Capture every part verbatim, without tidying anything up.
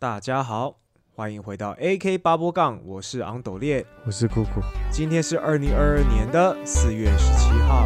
大家好，欢迎回到 A K 八波杠，我是昂斗烈， 我是酷酷。 今天是二零二二年的四月十七号。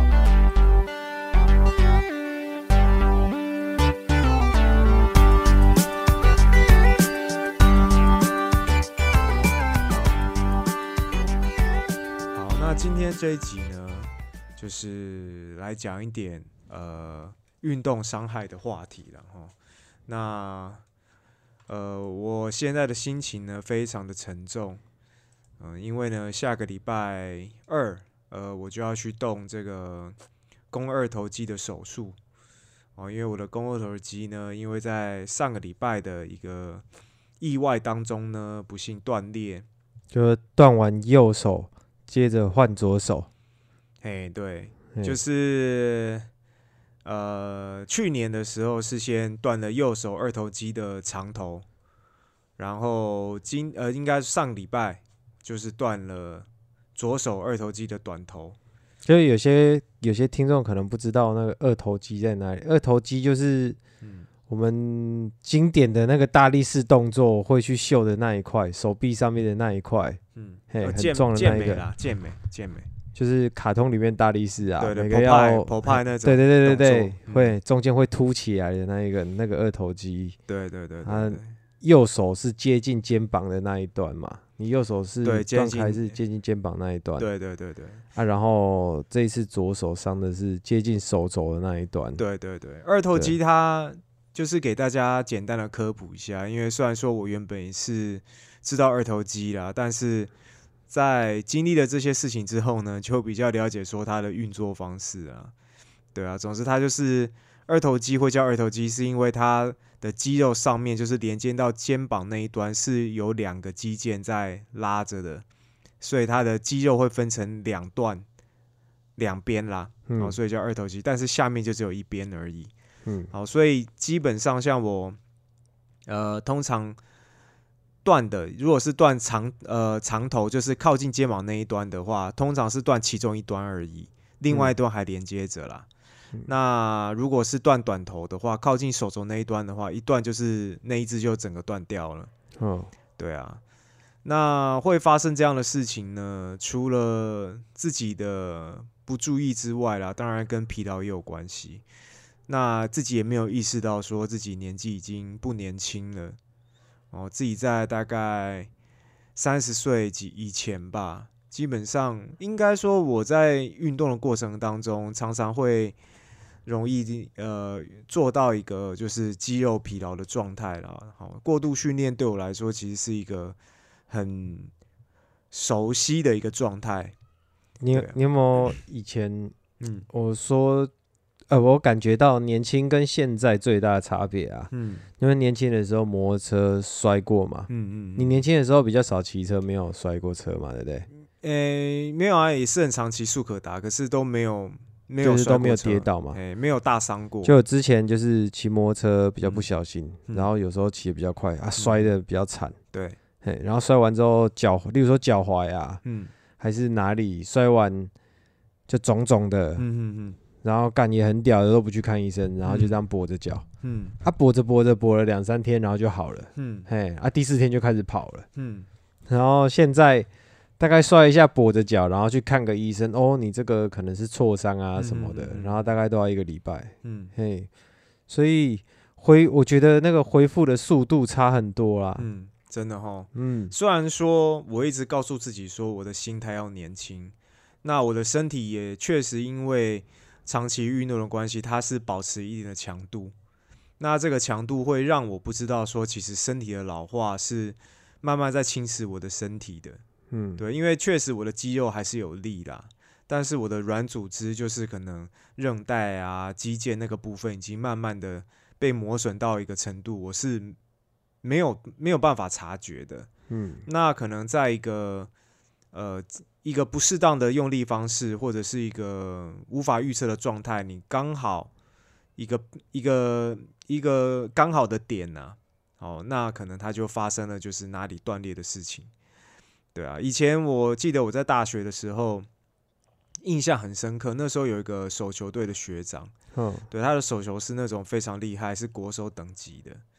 好，那今天这一集呢，就是来讲一点呃运动伤害的话题了哈。那呃，我现在的心情呢，非常的沉重，嗯、呃，因为呢，下个礼拜二，呃，我就要去动这个肱二头肌的手术，哦，因为我的肱二头肌呢，因为在上个礼拜的一个意外当中呢，不幸断裂， 就断完右手，接着换左手。 嘿，对，就是呃，去年的时候是先断了右手二头肌的长头。然后今呃，应该上礼拜就是断了左手二头肌的短头。 就有些有些听众可能不知道那个二头肌在哪里。二头肌就是我们经典的那个大力士动作会去秀的那一块，手臂上面的那一块，嗯，嘿，很壮的那一个啦，健美，健美， 就是卡通里面大力士啊， 对对， 每个要跑派那种， 对对对对对，嗯、会中间会凸起来的那一个那个二头肌， 对对对对对。 它右手是接近肩膀的那一段嘛，你右手是断开是接近肩膀那一段， 对对对对。 啊，然后这一次左手伤的是接近手肘的那一段， 对对对。二头肌它就是给大家简单的科普一下，因为虽然说我原本也是知道二头肌啦，但是在经历了这些事情之后呢，就比较了解说它的运作方式啊，对啊，总之它就是二头肌会叫二头肌，是因为它的肌肉上面就是连接到肩膀那一端是有两个肌腱在拉着的，所以它的肌肉会分成两段两边啦、嗯哦，所以叫二头肌，但是下面就只有一边而已。嗯，好，所以基本上像我，呃，通常断的，如果是断长呃长头，就是靠近肩膀那一端的话，通常是断其中一端而已，另外一端还连接着啦。嗯、那如果是断短头的话，靠近手肘那一端的话，一断就是那一只就整个断掉了。哦，对啊。那会发生这样的事情呢？除了自己的不注意之外啦，当然跟疲劳也有关系。那自己也没有意识到说自己年纪已经不年轻了。哦，自己在大概三十岁以前吧，基本上应该说我在运动的过程当中，常常会容易呃做到一个就是肌肉疲劳的状态啦。好，过度训练对我来说其实是一个很熟悉的一个状态。 你你有没有以前嗯我说呃我感觉到年轻跟现在最大的差别啊？嗯，因为年轻的时候摩托车摔过嘛，嗯 嗯, 嗯，你年轻的时候比较少骑车，没有摔过车嘛，对不对？ 诶、欸，没有啊，也是很常骑速可达，可是都没有。没有， 就是都没有跌倒嘛， 欸、没有大伤过。 就之前就是骑摩托车比较不小心，嗯、然后有时候骑得比较快啊，摔得比较惨。 对， 然后摔完之后脚，例如说脚踝啊，嗯，还是哪里摔完就肿肿的，嗯嗯嗯，然后干也很屌的都不去看医生，然后就这样跛着脚，嗯，啊跛着跛着跛了两三天，然后就好了，嗯，嘿，啊第四天就开始跑了，嗯，然后现在。大概摔一下跛着脚，然后去看个医生。哦，你这个可能是挫伤啊什么的，嗯嗯嗯，然后大概都要一个礼拜。嗯，嘿，所以恢，我觉得那个恢复的速度差很多啦。 嗯，真的齁。嗯，虽然说我一直告诉自己说我的心态要年轻，那我的身体也确实因为长期运动的关系，它是保持一定的强度。那这个强度会让我不知道说，其实身体的老化是慢慢在侵蚀我的身体的。嗯，对，因为确实我的肌肉还是有力啦，但是我的软组织就是可能韧带啊、肌腱那个部分已经慢慢的被磨损到一个程度，我是没有没有办法察觉的。嗯，那可能在一个呃一个不适当的用力方式，或者是一个无法预测的状态，你刚好一个一个一个刚好的点呢、啊，哦，那可能它就发生了就是哪里断裂的事情。对啊，以前我记得我在大学的时候印象很深刻，那时候有一个手球队的学长，嗯，对，他的手球是那种非常厉害，是国手等级的。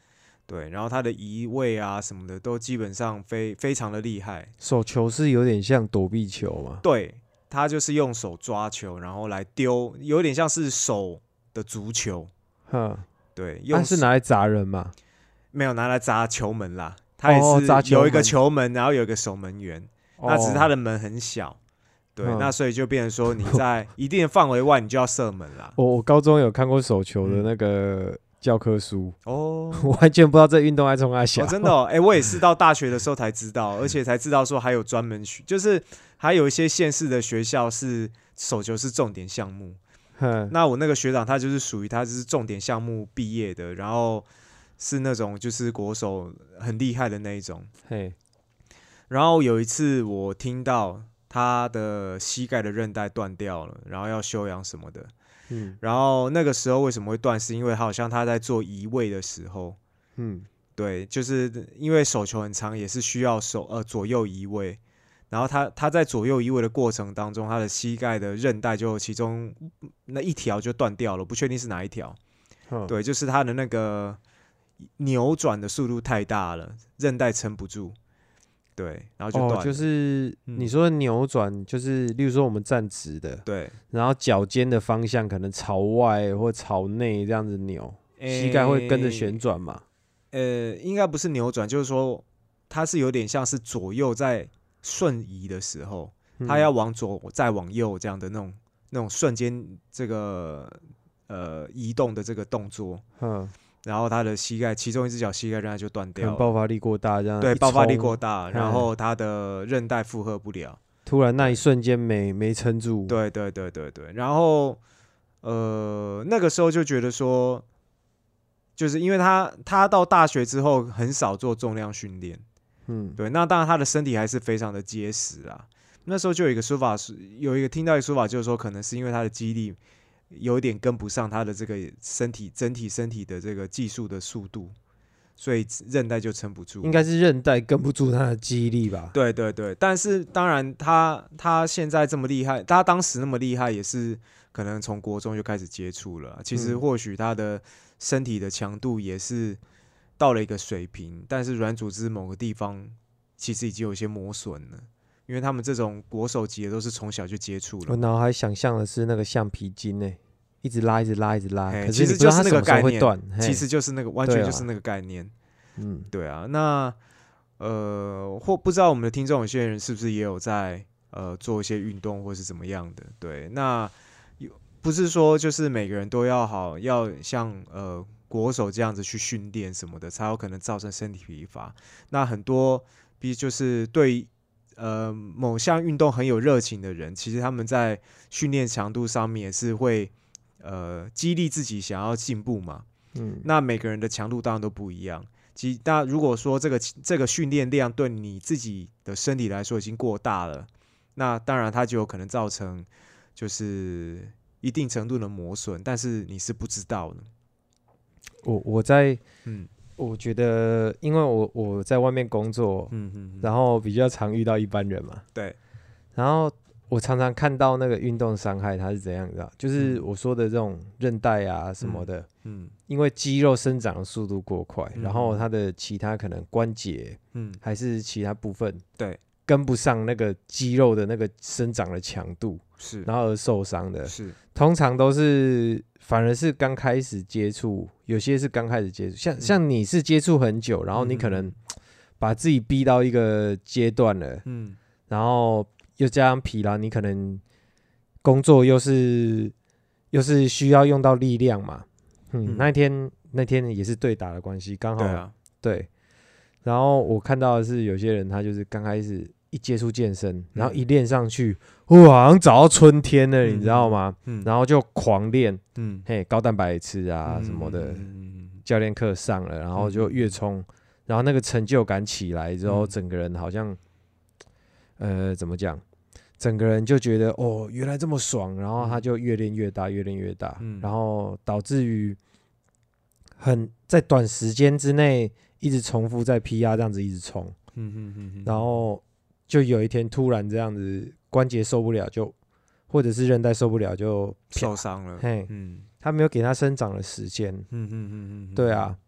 对，然后他的移位啊什么的都基本上非非常的厉害。 手球是有点像躲避球嘛？ 对，他就是用手抓球，然后来丢，有点像是手的足球。 哼， 对， 用、啊、是拿来砸人嘛？ 没有拿来砸球门啦，他也是有一个球门，然后有一个守门员，哦、那只是他的门很小。对，嗯、那所以就变成说你在一定的范围外，你就要射门啦。 我我高中有看过手球的那个教科书哦，我完全不知道这运动在冲他小、 哦，真的哦，哎、欸，我也是到大学的时候才知道，而且才知道说还有专门学，就是还有一些县市的学校是手球是重点项目。那我那个学长他就是属于他就是重点项目毕业的，然后是那种就是国手很厉害的那一种。嘿，然后有一次我听到他的膝盖的韧带断掉了，然后要休养什么的。嗯，然后那个时候为什么会断？是因为好像他在做移位的时候，嗯，对，就是因为手球很长，也是需要手呃左右移位。然后他他在左右移位的过程当中，他的膝盖的韧带就其中那一条就断掉了，不确定是哪一条。嗯、对，就是他的那个扭转的速度太大了，韧带撑不住。对，然后就断了。 哦，就是你说的扭转，嗯、就是例如说我们站直的， 对， 然后脚尖的方向可能朝外或朝内这样子扭，欸、膝盖会跟着旋转嘛？ 呃，应该不是扭转，就是说它是有点像是左右在瞬移的时候，它要往左再往右这样的那种那种瞬间这个呃移动的这个动作。嗯。然后他的膝盖，其中一只脚膝盖韧带就断掉了， 爆发力过大，这样对，爆发力过大，然后他的韧带负荷不了， 突然那一瞬间没没撑住， 对对对对对，然后呃那个时候就觉得说，就是因为他他到大学之后很少做重量训练，嗯，对，那当然他的身体还是非常的结实啊。那时候就有一个说法是，有一个听到一个说法就是说，可能是因为他的肌力有点跟不上他的这个身体整体身体的这个技术的速度，所以韧带就撑不住。 应该是韧带跟不住他的肌力吧？ 对对对，但是当然他他现在这么厉害，他当时那么厉害也是可能从国中就开始接触了。其实或许他的身体的强度也是到了一个水平，但是软组织某个地方其实已经有一些磨损了。因为他们这种国手级的都是从小就接触了。 我脑海想象的是那个橡皮筋诶，一直拉，一直拉，一直拉。可是其实就是那个概念， 其实就是那个完全就是那个概念。嗯，对啊。那呃，或不知道我们的听众有些人是不是也有在呃做一些运动或是怎么样的？对，那不是说就是每个人都要好，要像呃国手这样子去训练什么的，才有可能造成身体疲乏。那很多，比就是对。呃，某项运动很有热情的人，其实他们在训练强度上面也是会呃激励自己想要进步嘛。嗯，那每个人的强度当然都不一样。其实，那如果说这个这个训练量对你自己的身体来说已经过大了，那当然它就有可能造成就是一定程度的磨损，但是你是不知道的。 我我在嗯。我觉得，因为我我在外面工作，嗯嗯，然后比较常遇到一般人嘛， 对， 然后我常常看到那个运动伤害它是怎样的，就是我说的这种韧带啊什么的，嗯，嗯因为肌肉生长的速度过快，嗯、然后它的其他可能关节，嗯，还是其他部分， 对， 跟不上那个肌肉的那个生长的强度， 是， 然后而受伤的， 是， 通常都是。反而是刚开始接触，有些是刚开始接触，像、嗯、像你是接触很久，然后你可能把自己逼到一个阶段了，嗯，然后又加上疲劳，你可能工作又是又是需要用到力量嘛，嗯，嗯那天那天也是对打的关系，刚好对,、啊、 对，然后我看到的是有些人他就是刚开始。一接触健身，然后一练上去，哇，好像找到春天了，嗯、你知道吗？嗯、然后就狂练，嗯，嘿，高蛋白吃啊、嗯、什么的，嗯、教练课上了，然后就越冲，然后那个成就感起来之后，嗯、整个人好像，呃，怎么讲？整个人就觉得哦，原来这么爽，然后他就越练越大，越练越大，嗯、然后导致于很在短时间之内一直重复在 P R 这样子一直冲，嗯嗯嗯，然后。就有一天突然这样子关节受不了就，或者是韧带受不了就受伤了。 嘿，嗯，他没有给他生长的时间。嗯嗯嗯嗯，对啊。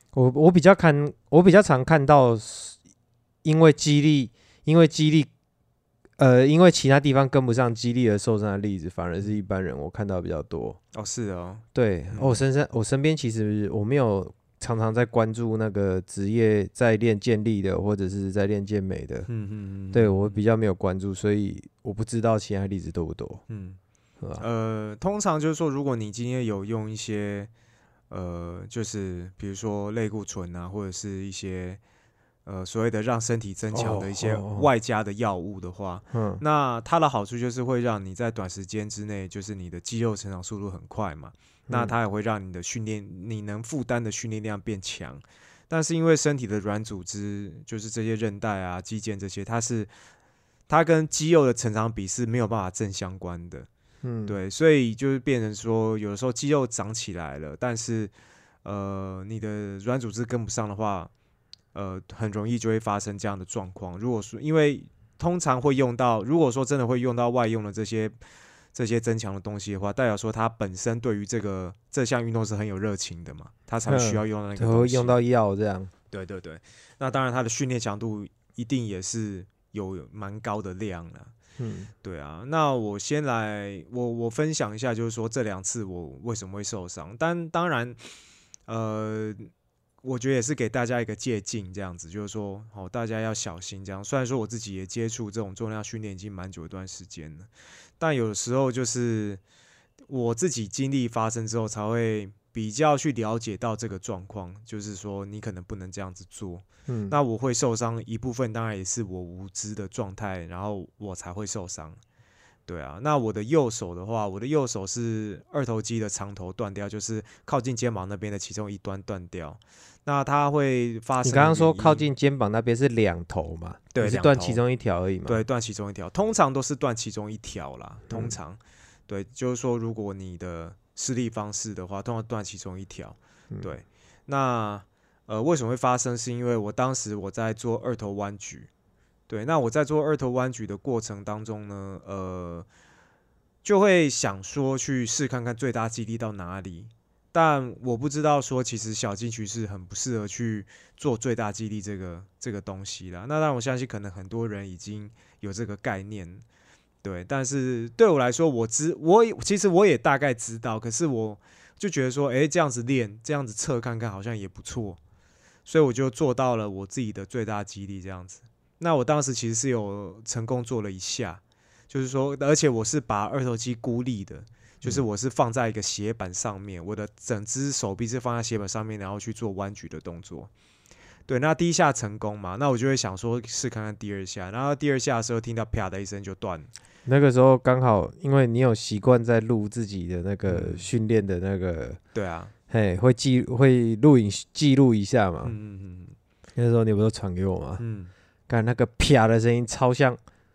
我我比较看，我比较常看到，因为肌力，因为肌力，呃，因为其他地方跟不上肌力而受伤的例子，反而是一般人我看到比较多。 哦，是哦， 对，嗯、我身上我身边其实我没有常常在关注那个职业在练健力的，或者是在练健美的。嗯嗯嗯，对我比较没有关注，所以我不知道其他例子多不多。嗯， 呃，通常就是说，如果你今天有用一些，呃，就是比如说类固醇啊，或者是一些呃所谓的让身体增强的一些外加的药物的话，哦哦哦那它的好处就是会让你在短时间之内，就是你的肌肉成长速度很快嘛。那它也会让你的训练，你能负担的训练量变强。但是因为身体的软组织，就是这些韧带啊、肌腱这些，它是它跟肌肉的成长比是没有办法正相关的。嗯，对，所以就是变成说，有的时候肌肉长起来了，但是呃，你的软组织跟不上的话，呃，很容易就会发生这样的状况。如果说因为通常会用到，如果说真的会用到外用的这些这些增强的东西的话，代表说他本身对于这个这项运动是很有热情的嘛，他才需要用到那个东西， 会用到药这样。 对对对，那当然他的训练强度一定也是有蛮高的量了。嗯，对啊，那我先来，我我分享一下，就是说这两次我为什么会受伤。但当然，呃，我觉得也是给大家一个借鉴，这样子，就是说，好、哦，大家要小心这样。虽然说我自己也接触这种重量训练已经蛮久一段时间了，但有的时候就是我自己经历发生之后，才会比较去了解到这个状况，就是说你可能不能这样子做。嗯，那我会受伤一部分，当然也是我无知的状态，然后我才会受伤。对啊，那我的右手的话，我的右手是二头肌的长头断掉，就是靠近肩膀那边的其中一端断掉。那它会发生， 你刚刚说靠近肩膀那边是两头嘛？ 对， 是断其中一条而已嘛？ 对，断其中一条，通常都是断其中一条啦。通常，嗯、对，就是说，如果你的施力方式的话，通常断其中一条。嗯、对，那。呃，为什么会发生？是因为我当时我在做二头弯举，对，那我在做二头弯举的过程当中呢，呃，就会想说去试看看最大肌力到哪里，但我不知道说其实小径曲是很不适合去做最大肌力这个这个东西啦。那当然我相信可能很多人已经有这个概念，对，但是对我来说，我知我其实我也大概知道，可是我就觉得说，哎，这样子练，这样子测看看好像也不错。所以我就做到了我自己的最大肌力这样子。那我当时其实是有成功做了一下，就是说，而且我是把二头肌孤立的，就是我是放在一个斜板上面，我的整只手臂是放在斜板上面，然后去做弯举的动作。对，那第一下成功嘛，那我就会想说试看看第二下，然后第二下的时候听到啪的一声就断了。 那个时候刚好，因为你有习惯在录自己的那个训练的那个、嗯， 对啊。 嘿，会记会录影记录一下嘛？嗯嗯嗯。那时候你不是传给我吗？嗯。看那个啪的声音，超像，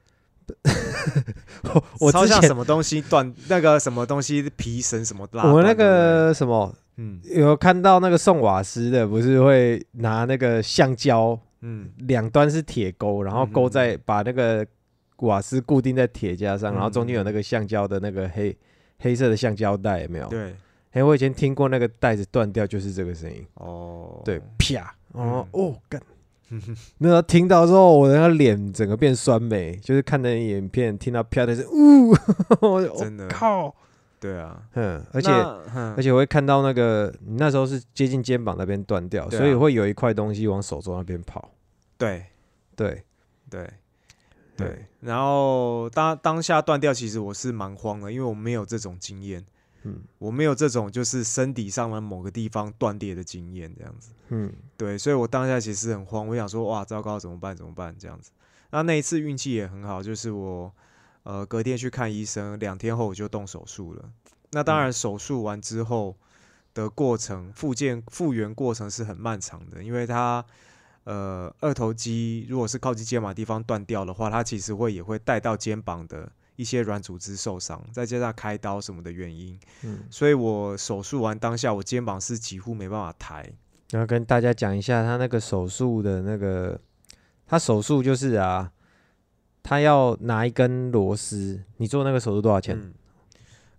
我超像什么东西断，那个什么东西皮绳什么拉。 我们那个什么，嗯，有看到那个送瓦斯的，不是会拿那个橡胶，嗯，两端是铁钩，然后钩在把那个瓦斯固定在铁架上，然后中间有那个橡胶的那个黑黑色的橡胶带，有没有？ 对。 哎、欸，我以前听过那个带子断掉，就是这个声音哦。对，啪，哦、嗯、哦，干，那时候听到之后，我的那个脸整个变酸梅，就是看那影片，听到啪的声，呜， 真的靠， 对啊， 嗯，而且而且我会看到那个，你那时候是接近肩膀那边断掉，啊、所以会有一块东西往手肘那边跑。 对， 对， 对。对，然后当当下断掉，其实我是蛮慌的，因为我没有这种经验。嗯，我没有这种就是身体上的某个地方断裂的经验，这样子。嗯，对，所以我当下其实很慌，我想说，哇，糟糕，怎么办？怎么办？这样子。那那一次运气也很好，就是我呃隔天去看医生，两天后我就动手术了。那当然，手术完之后的过程，复健复原过程是很漫长的，因为它呃二头肌如果是靠近肩膀的地方断掉的话，它其实会也会带到肩膀的一些软组织受伤，再加上开刀什么的原因，嗯，所以我手术完当下，我肩膀是几乎没办法抬。 然后跟大家讲一下，他那个手术的那个，他手术就是啊，他要拿一根螺丝。你做那个手术多少钱？嗯、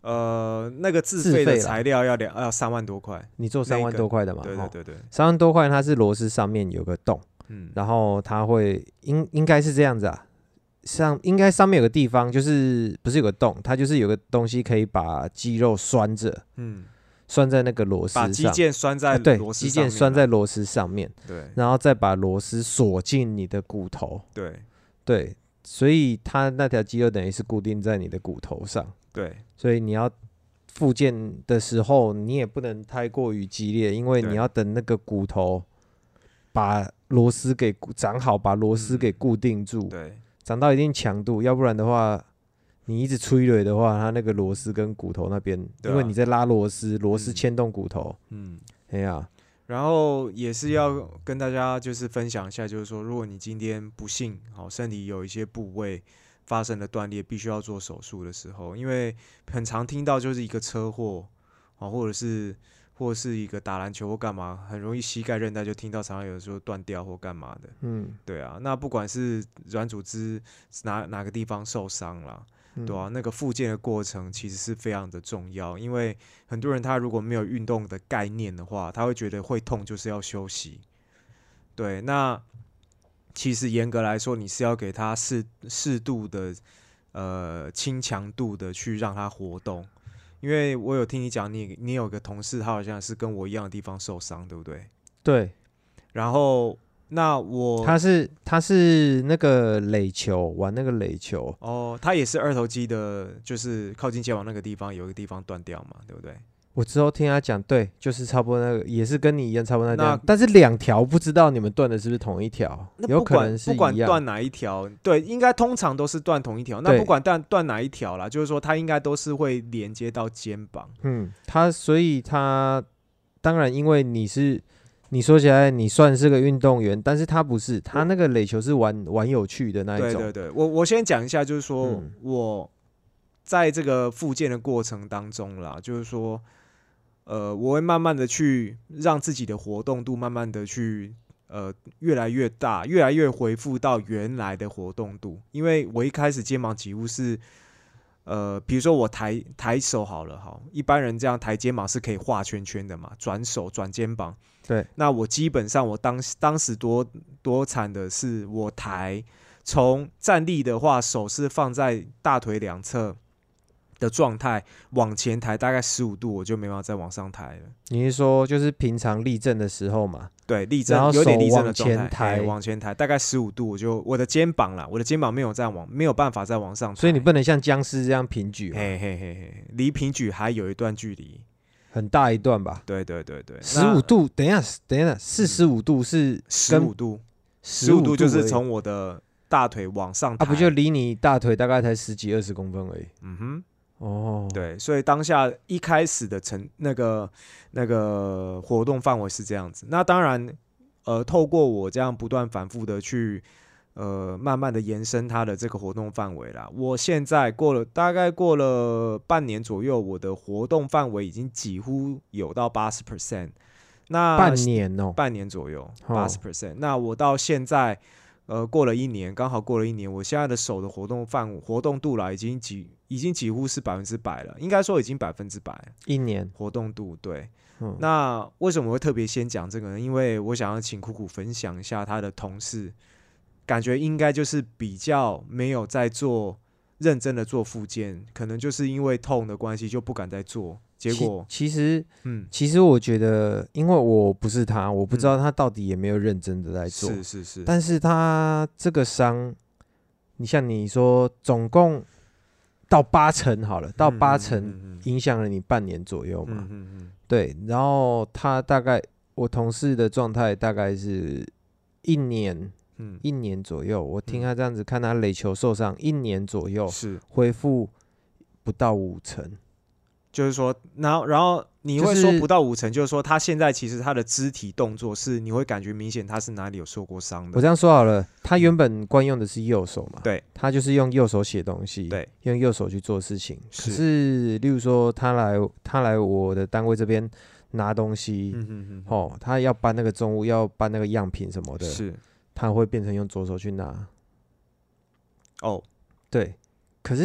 呃，那个自费的材料要两要三万多块， 你做三万多块的嘛？ 对对对对， 三万多块，它是螺丝上面有个洞，嗯，然后它会应应该是这样子啊，上应该上面有个地方，就是不是有个洞，它就是有个东西可以把肌肉拴着，嗯，拴在那个螺丝上， 把肌腱拴在螺丝上面、啊， 对，肌腱拴在螺丝上面， 对， 然后再把螺丝锁进你的骨头， 对对，所以它那条肌肉等于是固定在你的骨头上。 对， 所以你要复健的时候，你也不能太过于激烈，因为你要等那个骨头把螺丝给长好，把螺丝给固定住，嗯、 对， 长到一定强度，要不然的话，你一直催泪的话，它那个螺丝跟骨头那边，啊、因为你在拉螺丝，螺丝牵动骨头，嗯，哎呀、啊。 然后也是要跟大家就是分享一下，就是说，如果你今天不幸好身体有一些部位发生了断裂，必须要做手术的时候，因为很常听到就是一个车祸啊，或者是或者是一个打篮球或干嘛，很容易膝盖韧带就听到常常有的时候断掉或干嘛的，嗯，对啊，那不管是软组织哪哪个地方受伤啦。对啊，那个复健的过程其实是非常的重要，因为很多人他如果没有运动的概念的话，他会觉得会痛就是要休息。对，那其实严格来说，你是要给他适适度的呃轻强度的去让他活动，因为我有听你讲，你你有个同事他好像是跟我一样的地方受伤，对不对？ 对， 然后。那我他是他是那个垒球，玩那个垒球哦，他也是二头肌的，就是靠近肩膀那个地方有一个地方断掉嘛，对不对？ 我之后听他讲，对，就是差不多那个，也是跟你一样差不多那样，但是两条不知道你们断的是不是同一条，有可能是一样。 不管断哪一条，对，应该通常都是断同一条。那不管断断哪一条啦，就是说它应该都是会连接到肩膀。 嗯，他所以他当然因为你是。你说起来，你算是个运动员，但是他不是，他那个垒球是玩玩有趣的那一种。 对对对，我我先讲一下，就是说、嗯、我在这个复健的过程当中啦，就是说，呃，我会慢慢的去让自己的活动度慢慢的去呃越来越大，越来越恢复到原来的活动度，因为我一开始肩膀几乎是。呃，比如说我抬抬手好了，好，一般人这样抬肩膀是可以画圈圈的嘛，转手转肩膀。 对， 那我基本上我当当时多多惨的是，我抬从站立的话，手是放在大腿两侧的状态，往前抬大概十五度，我就没办法再往上抬了。 你是说就是平常立正的时候嘛？ 对，立正有点立正的状态，往前抬大概十五度，我就我的肩膀啦，我的肩膀没有再往没有办法再往上抬， 所以你不能像僵尸这样平举， 嘿嘿嘿嘿，离平举还有一段距离， 很大一段吧？ 对对对对， 十五度，等一下等一下，四十五度是十五度，十五度就是从我的大腿往上抬， 啊，不就离你大腿大概才十几二十公分而已？ 嗯哼。 哦， 对，所以当下一开始的成那个那个活动范围是这样子。那当然，呃，透过我这样不断反复的去，呃，慢慢的延伸它的这个活动范围啦。我现在过了大概过了半年左右，我的活动范围已经几乎有到八十 percent。那半年哦， 半年左右八十 percent。那我到现在。呃，过了一年，刚好过了一年，我现在的手的活动范活动度啦，已经几已经几乎是百分之百了，应该说已经百分之百。 一年活动度，对。嗯、那为什么会特别先讲这个呢？因为我想要请苦苦分享一下他的同事，感觉应该就是比较没有在做认真的做复健，可能就是因为痛的关系就不敢再做。结果其实，嗯，其实我觉得，因为我不是他，我不知道他到底有没有认真的在做， 是是是。 但是他这个伤，你像你说，总共到八成好了，到八成影响了你半年左右嘛，嗯嗯嗯，对。然后他大概，我同事的状态大概是一年，嗯，一年左右。我听他这样子看他垒球受伤，一年左右是恢复不到五成。 就是说，然后，然后你会说不到五成，就是说他现在其实他的肢体动作是你会感觉明显他是哪里有受过伤的。 我这样说好了，他原本惯用的是右手嘛， 对， 他就是用右手写东西， 对， 用右手去做事情。 是， 可是例如说他来他来我的单位这边拿东西，嗯哼哼哼，哦，他要搬那个重物，要搬那个样品什么的， 是，他会变成用左手去拿。 哦， 对，可是其。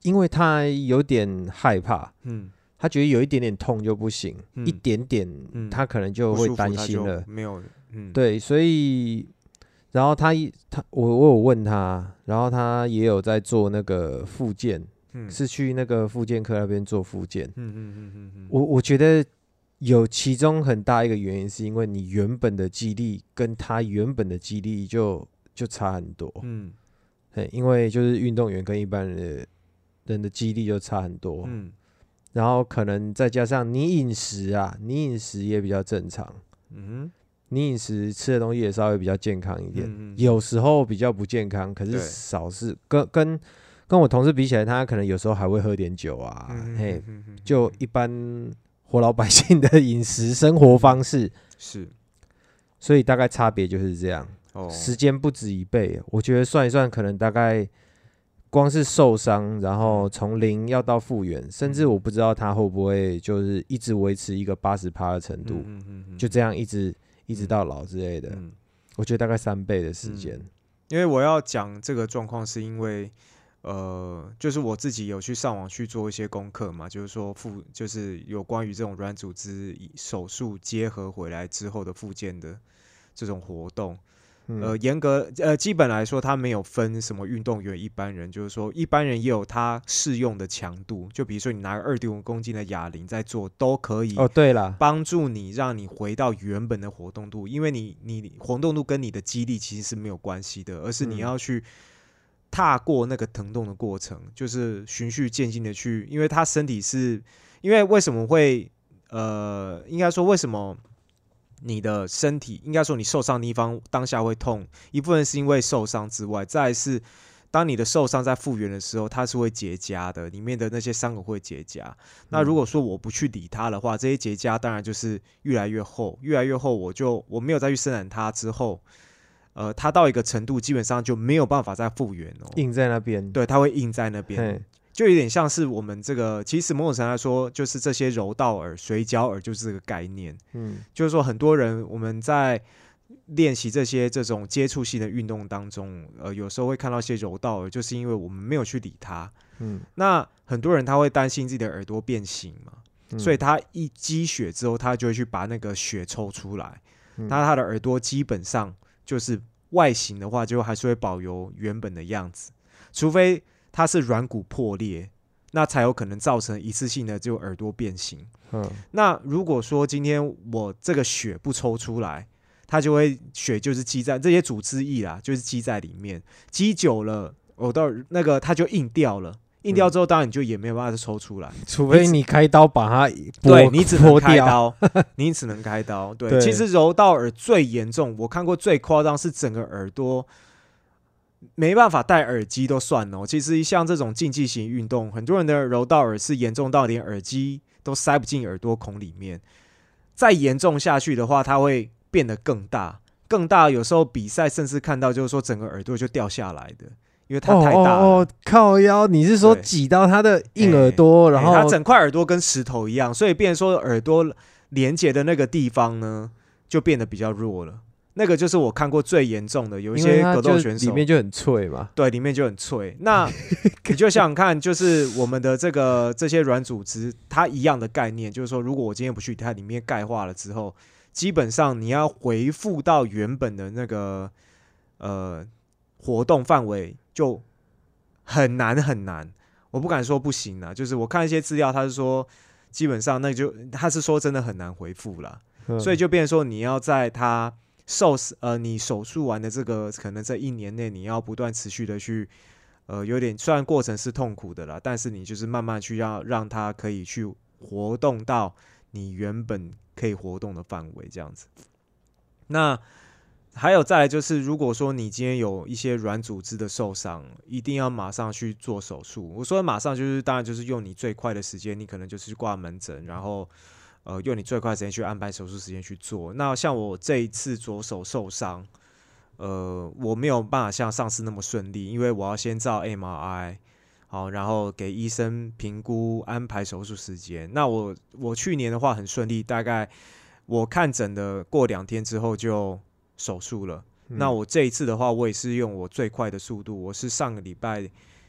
因为他有点害怕， 嗯， 他觉得有一点点痛就不行，嗯、一点点他可能就会担心了， 没有，嗯， 对，所以然后他他我我有问他，然后他也有在做那个复健，嗯、是去那个复健科那边做复健，嗯嗯嗯嗯嗯，我我觉得有其中很大一个原因是因为你原本的肌力跟他原本的肌力就就差很多，嗯，因为就是运动员跟一般人的人的肌力就差很多，嗯，然后可能再加上你饮食啊，你饮食也比较正常，嗯。你饮食吃的东西也稍微比较健康一点，嗯嗯有时候比较不健康，可是少是跟跟跟我同事比起来，他可能有时候还会喝点酒啊，嗯嘿，嗯就一般活老百姓的饮食生活方式是， 所以大概差别就是这样，哦、时间不止一倍，我觉得算一算，可能大概光是受伤，然后从零要到复原，甚至我不知道他会不会就是一直维持一个八十趴的程度，嗯嗯嗯就这样一直。一直到老之类的，嗯、我觉得大概三倍的时间、嗯。 因为我要讲这个状况，是因为呃，就是我自己有去上网去做一些功课嘛，就是说复，就是有关于这种软组织手术结合回来之后的复健的这种活动。呃，严格呃，基本来说，它没有分什么运动员、一般人，就是说，一般人也有他适用的强度。就比如说，你拿个二点五公斤的哑铃在做，都可以哦。对了， 帮助你让你回到原本的活动度，因为你你活动度跟你的肌力其实是没有关系的，而是你要去踏过那个疼痛的过程，就是循序渐进的去，因为他身体是，因为为什么会呃，应该说为什么？你的身体应该说你受伤的地方当下会痛，一部分是因为受伤之外，再来是当你的受伤在复原的时候，它是会结痂的，里面的那些伤口会结痂。那如果说我不去理它的话，这些结痂当然就是越来越厚，越来越厚，我就我没有再去伸展它之后，呃，它到一个程度基本上就没有办法再复原哦， 硬在那边， 对，它会硬在那边。就有点像是我们这个，其实某种程度来说，就是这些柔道耳、水饺耳，就是这个概念。嗯，就是说很多人我们在练习这些这种接触性的运动当中，呃，有时候会看到一些柔道耳，就是因为我们没有去理它。嗯，那很多人他会担心自己的耳朵变形嘛，嗯、所以他一积血之后，他就会去把那个血抽出来。嗯、那他的耳朵基本上就是外形的话，就还是会保留原本的样子，除非它是软骨破裂，那才有可能造成一次性的就耳朵变形。嗯，那如果说今天我这个血不抽出来，它就会血就是积在这些组织液啦，就是积在里面，积久了，我到那个它就硬掉了，硬掉之后，当然你就也没有办法再抽出来， 除非你开刀把它剥， 对你只能开刀，你只能开刀。对，对其实柔道耳最严重，我看过最夸张是整个耳朵。没办法戴耳机都算了，其实像这种竞技型运动，很多人的柔道耳是严重到连耳机都塞不进耳朵孔里面。再严重下去的话，它会变得更大，更大。有时候比赛甚至看到就是说整个耳朵就掉下来的，因为它太大了。哦哦， 靠腰，你是说挤到它的硬耳朵，然后它整块耳朵跟石头一样，所以变成说耳朵连接的那个地方呢，就变得比较弱了。那个就是我看过最严重的，有一些格斗选手里面就很脆嘛， 对，里面就很脆。那你就想想看，就是我们的这个这些软组织，它一样的概念，就是说，如果我今天不去它里面钙化了之后，基本上你要恢复到原本的那个呃活动范围，就很难很难。我不敢说不行啦，就是我看一些资料，他是说基本上那就他是说真的很难恢复啦，嗯、所以就变成说你要在它。受呃，你手术完的这个可能在一年内，你要不断持续的去，呃，有点虽然过程是痛苦的啦，但是你就是慢慢去要让它可以去活动到你原本可以活动的范围这样子。那还有再来就是，如果说你今天有一些软组织的受伤，一定要马上去做手术。我说的马上就是当然就是用你最快的时间，你可能就是挂门诊，然后。呃，用你最快的时间去安排手术时间去做。那像我这一次左手受伤，呃，我没有办法像上次那么顺利，因为我要先照 M R I， 好，然后给医生评估安排手术时间。那我我去年的话很顺利，大概我看诊的过两天之后就手术了。嗯、那我这一次的话，我也是用我最快的速度，我是上个礼拜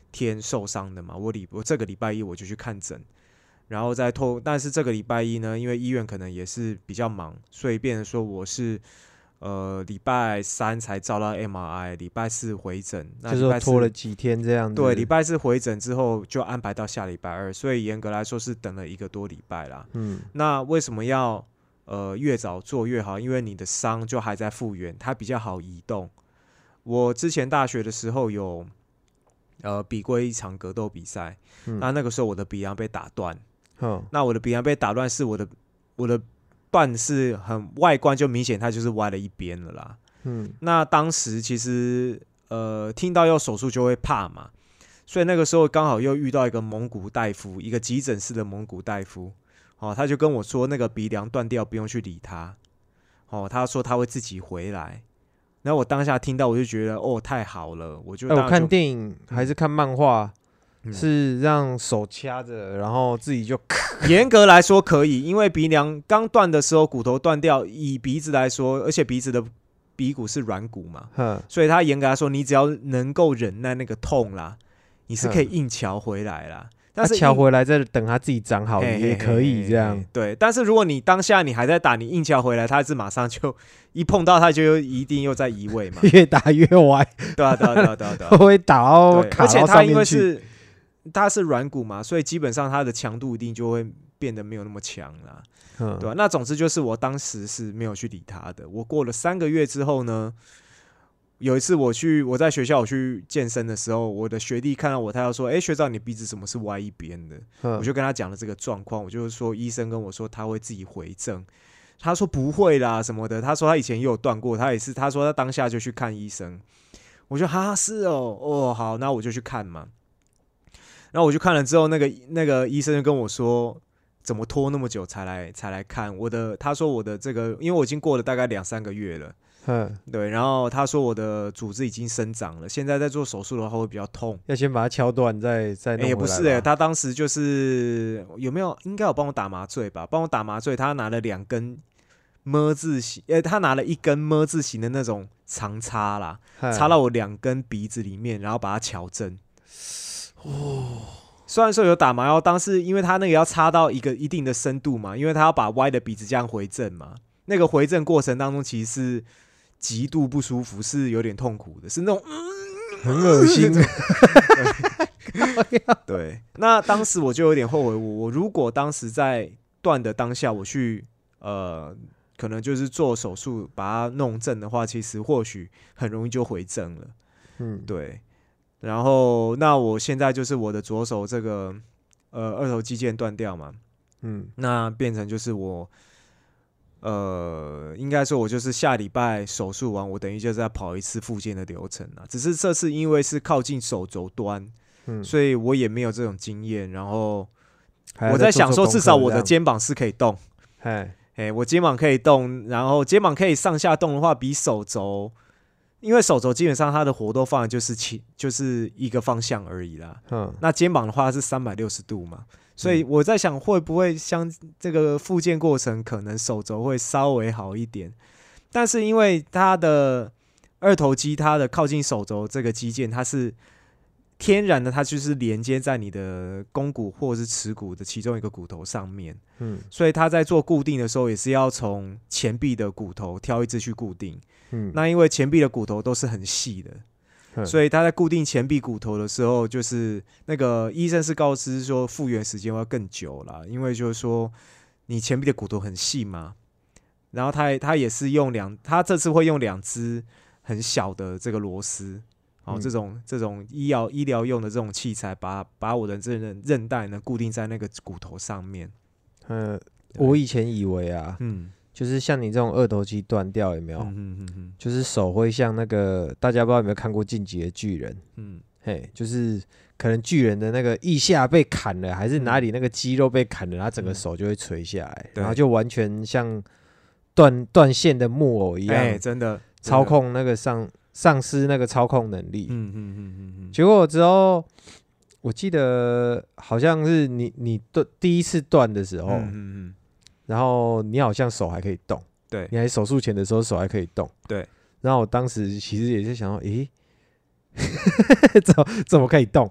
天受伤的嘛，我礼我这个礼拜一我就去看诊，然后再透，但是这个礼拜一呢，因为医院可能也是比较忙，所以变成说我是呃礼拜三才照到 M R I， 礼拜四回诊，那礼拜四就是拖了几天这样子。 对，礼拜四回诊之后就安排到下礼拜二，所以严格来说是等了一个多礼拜啦。嗯，那为什么要呃越早做越好？因为你的伤就还在复原，它比较好移动。我之前大学的时候有呃比过一场格斗比赛，嗯、那那个时候我的鼻梁被打断，嗯、那我的鼻梁被打断是我的我的断是很外观就明显它就是歪了一边了啦。嗯，那当时其实呃听到要手术就会怕嘛，所以那个时候刚好又遇到一个蒙古大夫，一个急诊室的蒙古大夫，哦，他就跟我说那个鼻梁断掉不用去理他，哦，他说他会自己回来。然后我当下听到，我就觉得哦，太好了！我就、 欸、我看电影还是看漫画，嗯、是让手掐着，然后自己就。 严格来说可以，因为鼻梁刚断的时候，骨头断掉，以鼻子来说，而且鼻子的鼻骨是软骨嘛，所以它严格来说，你只要能够忍耐那个痛啦，你是可以硬瞧回来啦。但是瞧回来再等它自己长好也可以这样。 对，但是如果你当下你还在打，你硬瞧回来，它是马上就一碰到它就一定又在移位嘛， 越打越歪。 对啊，对啊，对啊，对啊，对啊会打到卡到上面去。而且它因为是它是软骨嘛，所以基本上它的强度一定就会变得没有那么强啦，嗯、对吧、啊？那总之就是我当时是没有去理它的。我过了三个月之后呢？有一次我去我在学校我去健身的时候，我的学弟看到我，他要说：“哎、欸，学长，你鼻子怎么是歪一边的？”我就跟他讲了这个状况，我就是说医生跟我说他会自己回正，他说不会啦什么的，他说他以前也有断过，他也是，他说他当下就去看医生。我就哈是哦哦好，那我就去看嘛。然后我去看了之后，那个那个医生就跟我说，怎么拖那么久才来才来看我的？他说我的这个，因为我已经过了大概两三个月了。对，然后他说我的组织已经生长了，现在在做手术的话会比较痛， 要先把它敲断，再再弄回来。 也不是哎、欸，他当时就是有没有应该有帮我打麻醉吧？帮我打麻醉，他拿了两根么字形，呃、欸，他拿了一根么字形的那种长插啦，插到我两根鼻子里面，然后把它矫正。哦，虽然说有打麻药，但是因为他那个要插到一个一定的深度嘛，因为他要把歪的鼻子这样回正嘛，那个回正过程当中其实是极度不舒服，是有点痛苦的，是那种、嗯、 很恶心的。 对, 对，那当时我就有点后悔，我我如果当时在断的当下，我去呃，可能就是做手术把它弄正的话，其实或许很容易就回正了。嗯，对。然后，那我现在就是我的左手这个呃二头肌腱断掉嘛，嗯，那变成就是我。呃，应该说，我就是下礼拜手术完，我等于就是要跑一次复健的流程啦。只是这次因为是靠近手肘端，嗯，所以我也没有这种经验。然后我在想说，至少我的肩膀是可以动，哎哎，我肩膀可以动，然后肩膀可以上下动的话，比手肘，因为手肘基本上它的活动范围就是其就是一个方向而已啦。嗯，那肩膀的话是三百六十度嘛。所以我在想，会不会像这个复健过程，可能手肘会稍微好一点，但是因为它的二头肌，它的靠近手肘这个肌腱，它是天然的，它就是连接在你的肱骨或者是尺骨的其中一个骨头上面，嗯，所以它在做固定的时候，也是要从前臂的骨头挑一支去固定，嗯，那因为前臂的骨头都是很细的。所以他在固定前臂骨头的时候，就是那个医生是告知说复原时间会更久啦，因为就是说你前臂的骨头很细嘛，然后他他也是用两，他这次会用两只很小的这个螺丝，哦，嗯、这种这种医疗医疗用的这种器材把，把把我的这韧韧带呢固定在那个骨头上面。 呃，我以前以为啊，嗯。就是像你这种二头肌断掉有没有？嗯嗯嗯就是手会像那个大家不知道有没有看过《进击的巨人》？嗯，嘿，就是可能巨人的那个腋下被砍了，还是哪里那个肌肉被砍了，他整个手就会垂下来，嗯、然后就完全像断断线的木偶一样， 欸、真的操控那个丧丧失那个操控能力。嗯嗯嗯嗯嗯。结果之后，我记得好像是你你断第一次断的时候，嗯嗯嗯。然后你好像手还可以动， 对， 你还手术前的时候手还可以动， 对。 然后我当时其实也是想说，诶，怎么怎么可以动？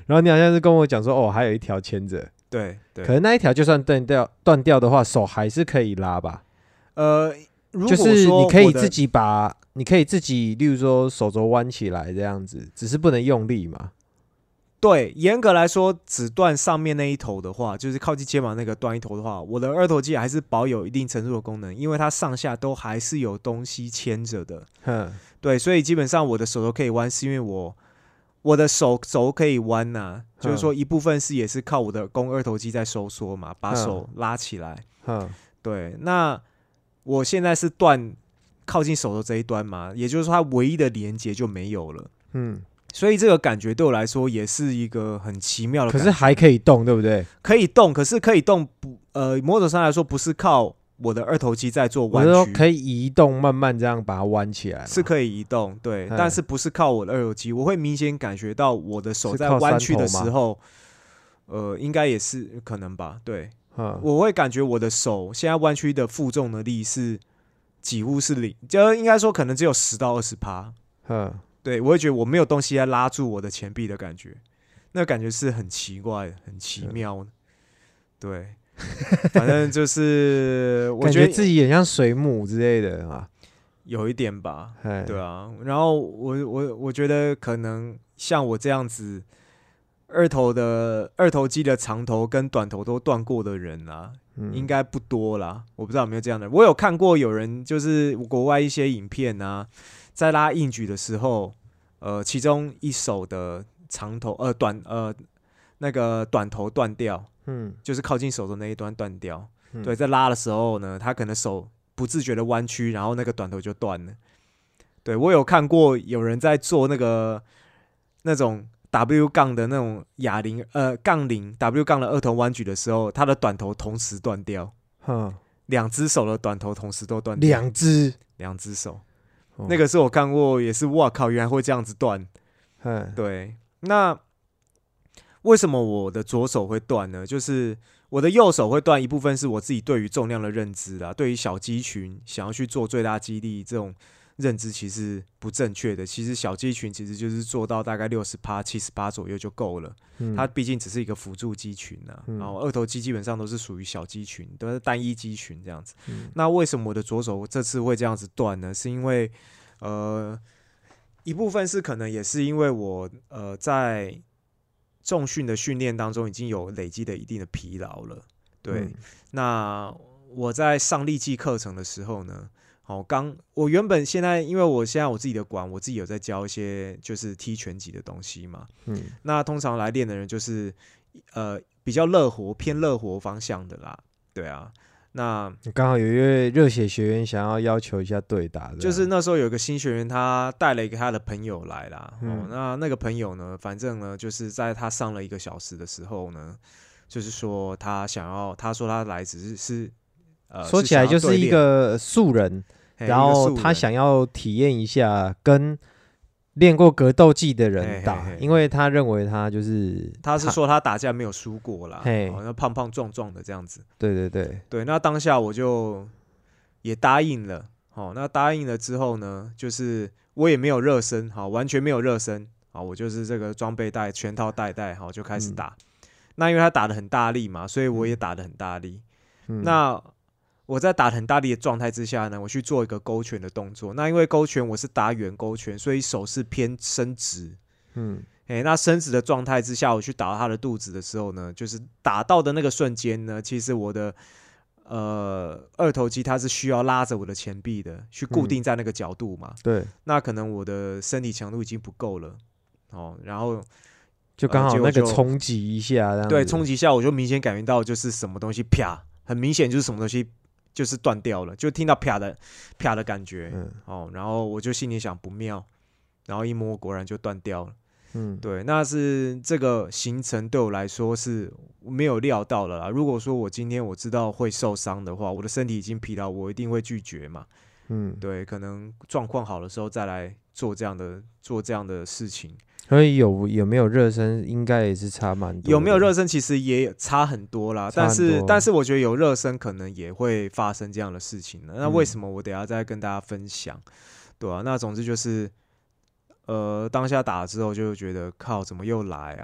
然后你好像是跟我讲说，哦，还有一条牵着。 对对。 可能那一条就算断掉断掉的话，手还是可以拉吧？ 呃，如果就是你可以自己把，你可以自己，例如说手肘弯起来这样子，只是不能用力嘛。 对，严格来说，只断上面那一头的话，就是靠近肩膀那个断一头的话，我的二头肌还是保有一定程度的功能，因为它上下都还是有东西牵着的。对，所以基本上我的手肘可以弯，是因为我我的手肘可以弯呐、啊，就是说一部分是也是靠我的肱二头肌在收缩嘛，把手拉起来。对，那我现在是断靠近手肘这一端嘛，也就是说它唯一的连接就没有了。嗯。所以这个感觉对我来说也是一个很奇妙的感觉， 可是还可以动，对不对？ 可以动，可是可以动不呃，某种上来说不是靠我的二头肌在做弯曲， 我说可以移动，慢慢这样把它弯起来， 是可以移动，对，但是不是靠我的二头肌，我会明显感觉到我的手在弯曲的时候，呃，应该也是可能吧，对，我会感觉我的手现在弯曲的负重的力是几乎是零，就应该说可能只有十到二十趴，嗯。对，我会觉得我没有东西在拉住我的前臂的感觉，那感觉是很奇怪的，很奇妙的。对，反正就是我觉得感觉自己很像水母之类的啊， 有一点吧。对啊，然后我我我觉得可能像我这样子，二头的二头肌的长头跟短头都断过的人啊，嗯、应该不多啦。我不知道有没有这样的人，我有看过有人就是国外一些影片啊。在拉硬举的时候，呃，其中一手的长头呃短呃那个短头断掉，嗯，就是靠近手的那一端断掉。嗯、对，在拉的时候呢，他可能手不自觉的弯曲，然后那个短头就断了。对，我有看过有人在做那个那种 W 杠的那种哑铃呃杠铃 W 杠的二头弯举的时候，他的短头同时断掉，嗯，两只手的短头同时都断掉， 两只两只手。那个是我看过，也是哇靠，原来会这样子断。对，那为什么我的左手会断呢？就是我的右手会断，一部分是我自己对于重量的认知啦，对于小肌群想要去做最大肌力这种认知其实不正确的。其实小肌群其实就是做到大概六十趴、七十趴左右就够了。嗯、它毕竟只是一个辅助肌群啊，嗯、然后二头肌基本上都是属于小肌群，都是单一肌群这样子。嗯、那为什么我的左手这次会这样子断呢？是因为呃，一部分是可能也是因为我呃在重训的训练当中已经有累积的一定的疲劳了。对，嗯、那我在上力技课程的时候呢。哦，刚我原本现在，因为我现在我自己的馆，我自己有在教一些就是踢拳击的东西嘛。嗯，那通常来练的人就是呃比较乐活偏乐活方向的啦。对啊，那刚好有一位热血学员想要要求一下对打， 就是那时候有一个新学员，他带了一个他的朋友来啦。嗯、哦，那那个朋友呢，反正呢就是在他上了一个小时的时候呢，就是说他想要，他说他来只是是呃说起来就是一个素人。然后他想要体验一下跟练过格斗技的人打，嘿嘿嘿因为他认为他就是他是说他打架没有输过啦，好像胖胖壮壮的这样子。 对对对对，那当下我就也答应了。好，那答应了之后呢，就是我也没有热身，好，完全没有热身，好，我就是这个装备带全套带带，好就开始打。嗯、那因为他打得很大力嘛，所以我也打得很大力。嗯、那我在打很大力的状态之下呢，我去做一个勾拳的动作。那因为勾拳我是打远勾拳，所以手是偏伸直。嗯，欸、那伸直的状态之下，我去打到他的肚子的时候呢，就是打到的那个瞬间呢，其实我的呃二头肌它是需要拉着我的前臂的，去固定在那个角度嘛。 嗯、对， 那可能我的身体强度已经不够了，哦，然后就刚好那个冲击一下， 呃、对，冲击一下我就明显感觉到就是什么东西啪，很明显就是什么东西。就是断掉了，就听到啪的啪的感觉，嗯、哦，然后我就心里想不妙，然后一摸果然就断掉了，嗯，对，那是这个行程对我来说是没有料到的啦。如果说我今天我知道会受伤的话，我的身体已经疲劳，我一定会拒绝嘛，嗯，对，可能状况好的时候再来做这样的做这样的事情。 所以有有没有热身，应该也是差蛮多的。 有没有热身，其实也差很多啦。但是，但是我觉得有热身，可能也会发生这样的事情呢。那为什么？我等一下再跟大家分享，对啊，那总之就是，呃，当下打了之后就觉得靠，怎么又来啊？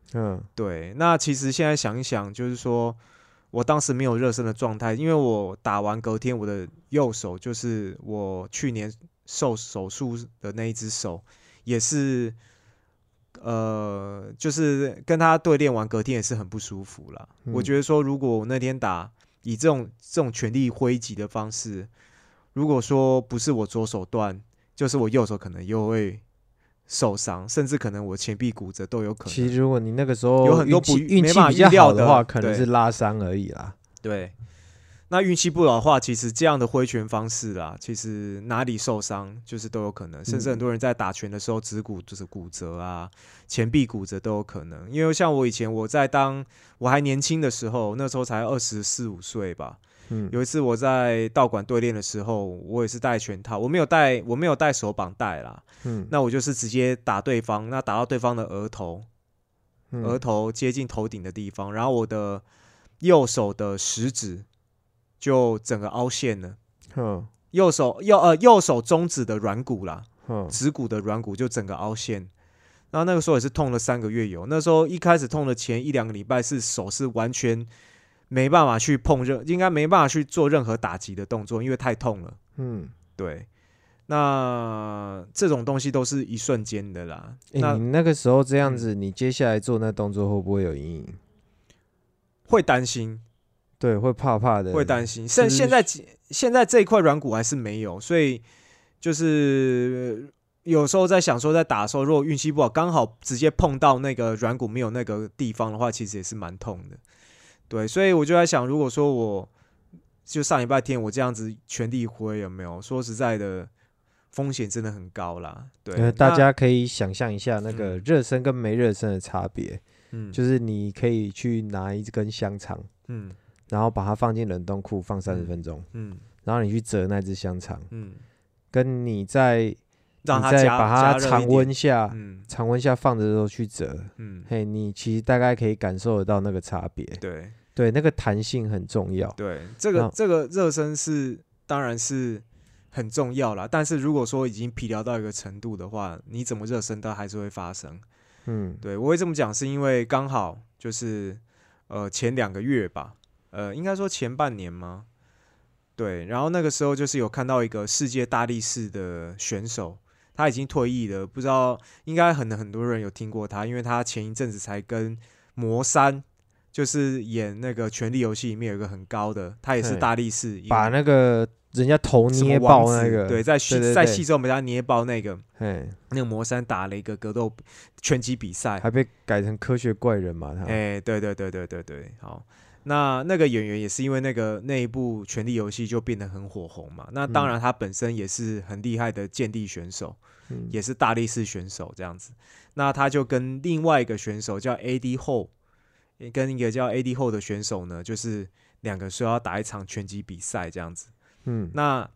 嗯，对。那其实现在想一想，就是说我当时没有热身的状态，因为我打完隔天我的右手就是我去年受手术的那一只手，也是呃，就是跟他对练完隔天也是很不舒服啦。嗯、我觉得说，如果我那天打以这种这种全力挥击的方式，如果说不是我左手断，就是我右手可能又会受伤，甚至可能我前臂骨折都有可能。 其实如果你那个时候有很多不运气比较好的话，可能是拉伤而已啦。 对，那运气不好的话，其实这样的挥拳方式啦，其实哪里受伤就是都有可能，甚至很多人在打拳的时候指骨就是骨折啊，前臂骨折都有可能。因为像我以前我在当我还年轻的时候，那时候才二十四五岁吧。嗯、有一次我在道馆对练的时候，我也是戴拳套，我没有戴我没有戴手绑带啦。嗯，那我就是直接打对方，那打到对方的额头，嗯、额头接近头顶的地方，然后我的右手的食指就整个凹陷了。嗯，右手右呃右手中指的软骨啦，嗯、指骨的软骨就整个凹陷。然后那个时候也是痛了三个月有，那时候一开始痛的前一两个礼拜是手是完全没办法去碰任，应该没办法去做任何打击的动作，因为太痛了。嗯，对。那这种东西都是一瞬间的啦。 欸、 那你那个时候这样子，嗯、你接下来做那动作会不会有阴影？ 会担心， 对，会怕怕的， 会担心。现现在现在这一块软骨还是没有，所以就是有时候在想说，在打的时候，如果运气不好，刚好直接碰到那个软骨没有那个地方的话，其实也是蛮痛的。对，所以我就在想，如果说我就上礼拜天我这样子全力挥，有没有？说实在的，风险真的很高啦。对， 大家可以想象一下那个热身跟没热身的差别。嗯，就是你可以去拿一根香肠，嗯，然后把它放进冷冻库放三十分钟，嗯，然后你去折那只香肠，嗯，跟你在让它你再把它常温下， 嗯， 常温下放着的时候去折，嗯，嘿，你其实大概可以感受得到那个差别。 对。 对，那个弹性很重要。 对，这个这个热身是当然是很重要啦，但是如果说已经疲劳到一个程度的话，你怎么热身都还是会发生。嗯，对，我会这么讲是因为刚好就是呃前两个月吧，呃应该说前半年吗？对，然后那个时候就是有看到一个世界大力士的选手，他已经退役了，不知道应该很很多人有听过他，因为他前一阵子才跟魔山。就是演那个《权力游戏》里面有一个很高的，他也是大力士， 把那个人家头捏爆那个， 对，在戏在戏中被他捏爆那个，那个魔山打了一个格斗拳击比赛， 还被改成科学怪人嘛？他， 哎、欸，对对对对对对，好，那那个演员也是因为那个那一部《权力游戏》就变得很火红嘛。那当然他本身也是很厉害的剑地选手，嗯、也是大力士选手这样子。那他就跟另外一个选手叫 A D Ho。跟一个叫 A D Ho 的选手呢，就是两个说要打一场拳击比赛这样子。嗯，那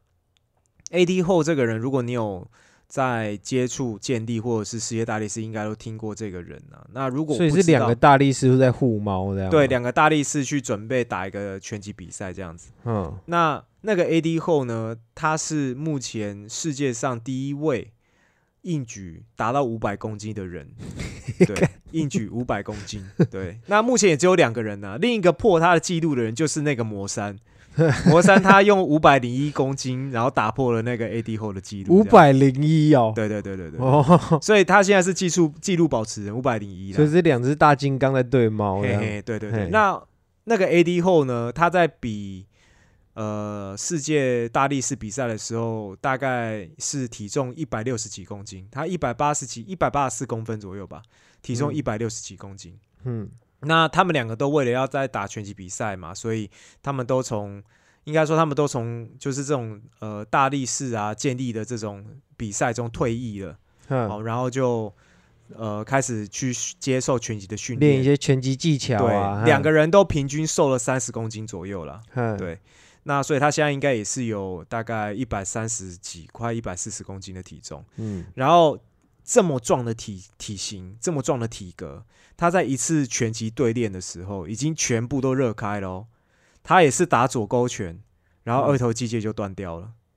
A D Ho 这个人，如果你有在接触剑地或者是世界大力士，应该都听过这个人啊。那如果所以是两个大力士都在互猫这样， 对，两个大力士去准备打一个拳击比赛这样子。嗯，那那个 A D Ho 呢，他是目前世界上第一位硬举达到五百公斤的人，对，硬举五百公斤，对。那目前也只有两个人啊，另一个破他的记录的人就是那个魔山，魔山他用五百零一公斤，然后打破了那个 A D Ho 的记录。 五百零一哦， 对对对对对，哦、所以他现在是技术记录保持人，五百零一。 所以是两只大金刚在对猫， 嘿嘿，对对对。那那个 A D Ho 呢，他在比。呃，世界大力士比赛的时候，大概是体重一百六十几公斤，他一百八十几、一百八十四公分左右吧，体重一百六十几公斤。嗯，那他们两个都为了要在打拳击比赛嘛，所以他们都从，应该说他们都从就是这种呃大力士啊、健力的这种比赛中退役了，嗯、好，然后就呃开始去接受拳击的训练， 练一些拳击技巧啊。 对，两个人都平均瘦了三十公斤左右了，对。那所以他现在应该也是有大概一百三十几，快一百四十公斤的体重。嗯，然后这么壮的体体型，这么壮的体格，他在一次拳击对练的时候，已经全部都热开了哦。他也是打左勾拳，然后二头肌腱就断掉了，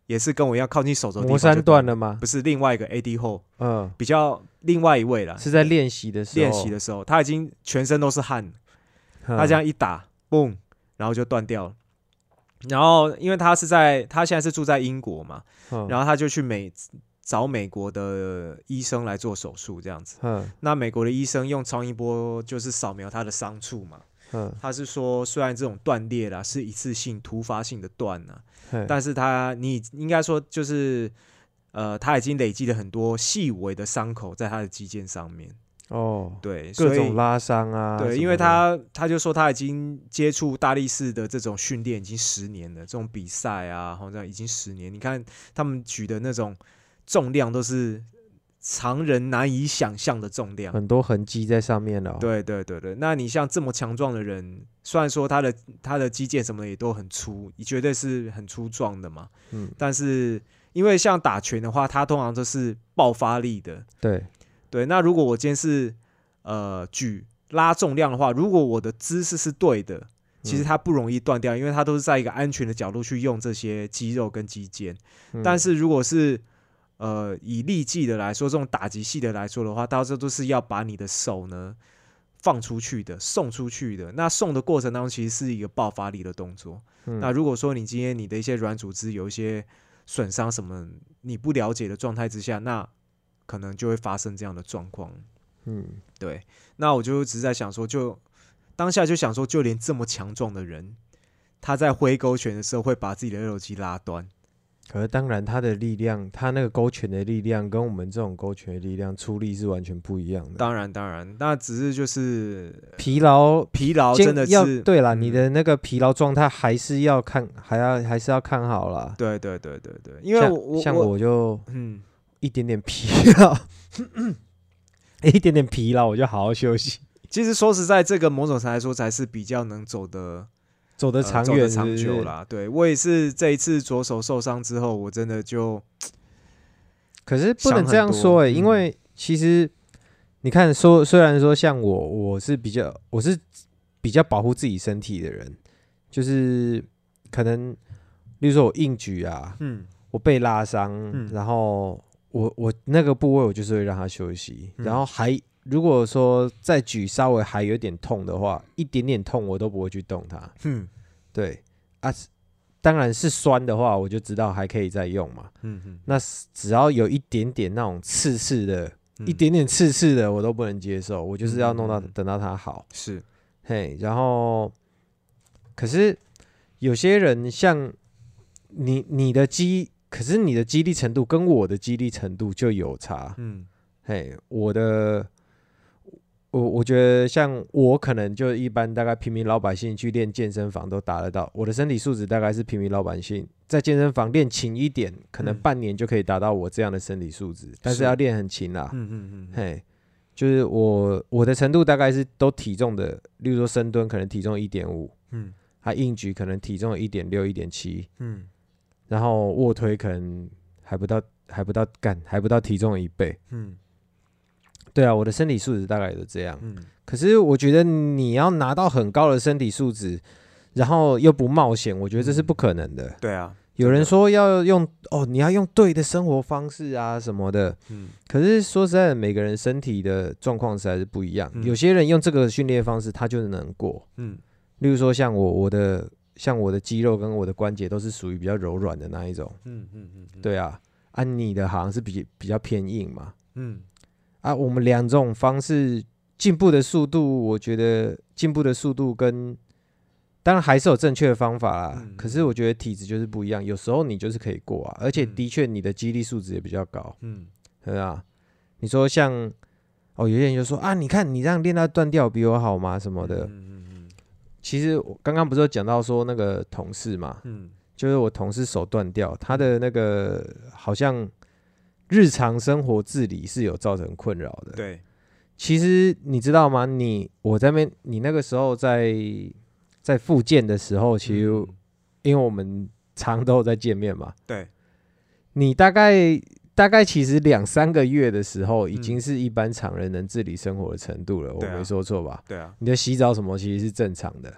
也是跟我一样靠近手肘的地方魔山断了吗？ 不是，另外一个 A D 后， 嗯， 比较另外一位啦， 是在练习的时候， 练习的时候他已经全身都是汗，他这样一打，嘣，然后就断掉了。然后因为他是在他现在是住在英国嘛， 嗯、 然后他就去美找美国的医生来做手术这样子。嗯、那美国的医生用超音波就是扫描他的伤处嘛。嗯、他是说，虽然这种断裂啦是一次性突发性的断啊，但是他你应该说就是呃，他已经累积了很多细微的伤口在他的肌腱上面。哦，对， 各种拉伤啊， 对，因为他他就说他已经接触大力士的这种训练已经十年了，这种比赛啊，好像已经十年。你看他们举的那种重量都是常人难以想象的重量， 很多痕迹在上面了、哦。 对对对对，那你像这么强壮的人，虽然说他的他的肌腱什么的也都很粗，绝对是很粗壮的嘛，嗯，但是因为像打拳的话，他通常都是爆发力的， 对。 对，那如果我今天是呃举拉重量的话，如果我的姿势是对的，其实它不容易断掉，因为它都是在一个安全的角度去用这些肌肉跟肌腱。嗯、但是如果是呃以力技的来说，这种打击系的来说的话，到时候都是要把你的手呢放出去的，送出去的。那送的过程当中，其实是一个爆发力的动作。嗯、那如果说你今天你的一些软组织有一些损伤什么，你不了解的状态之下，那可能就会发生这样的状况，嗯，对。那我就只是在想说，就当下就想说，就连这么强壮的人，他在挥勾拳的时候会把自己的二头肌拉断。 可是当然，他的力量，他那个勾拳的力量，跟我们这种勾拳的力量出力是完全不一样的。 当然，当然，那只是就是疲劳， 疲劳真的是对啦、嗯，你的那个疲劳状态还是要看，还要还是要看好啦。 对对对对对，因为我像, 像我就嗯。 一点点疲劳，一点点疲劳，我就好好休息。 其实说实在，这个某种程度来说才是比较能走的， 走得长远、呃、 长久啦。对，我也是这一次左手受伤之后，我真的就， 可是不能这样说哎、欸，因为其实你看说，虽然说像我，我是比较，我是比较保护自己身体的人，就是可能，例如说我硬举啊，嗯。我被拉伤、嗯，然后我我那个部位我就是会让他休息，嗯、然后还如果说再举稍微还有点痛的话，一点点痛我都不会去动它。嗯，对啊，当然是酸的话，我就知道还可以再用嘛。嗯嗯，那只要有一点点那种刺刺的，嗯、一点点刺刺的，我都不能接受，我就是要弄到、嗯、等到它好。 是， 嘿，然后可是有些人像你你的肌。可是你的肌力程度跟我的肌力程度就有差，嗯，嘿，我的，我我觉得像我可能就一般大概平民老百姓去练健身房都达得到，我的身体素质大概是平民老百姓在健身房练勤一点，可能半年就可以达到我这样的身体素质，嗯、但是要练很勤啦，嗯嗯嗯，嘿，就是我我的程度大概是都体重的，例如说深蹲可能体重 一点五， 嗯，还硬举可能体重 一点六 一点七， 嗯。然后卧推可能还不到，还不到干，还不到体重的一倍。嗯，对啊，我的身体素质大概也都这样。嗯，可是我觉得你要拿到很高的身体素质，然后又不冒险，我觉得这是不可能的。 嗯、对啊， 有人说要用哦，你要用对的生活方式啊什么的。嗯，可是说实在的，每个人身体的状况实在是不一样。嗯、有些人用这个训练方式，他就能过。嗯，例如说像我，我的。像我的肌肉跟我的关节都是属于比较柔软的那一种，嗯嗯嗯，对啊，按、啊、你的好像是比比较偏硬嘛，嗯，啊，我们两种方式进步的速度，我觉得进步的速度跟当然还是有正确的方法啦，嗯、可是我觉得体质就是不一样，有时候你就是可以过啊，而且的确你的肌力素质也比较高，嗯，对啊，你说像哦，有些人就说啊，你看你这样练到断掉比我好吗？什么的。嗯其实我刚刚不是有讲到说那个同事嘛，嗯，就是我同事手断掉，他的那个好像日常生活自理是有造成困扰的。 对， 其实你知道吗？你我在那边，你那个时候在在复健的时候，其实、嗯、因为我们常都有在见面嘛， 对， 你大概。大概其实两三个月的时候，已经是一般常人能自理生活的程度了。嗯、我没说错吧？ 对啊， 你的洗澡什么其实是正常的。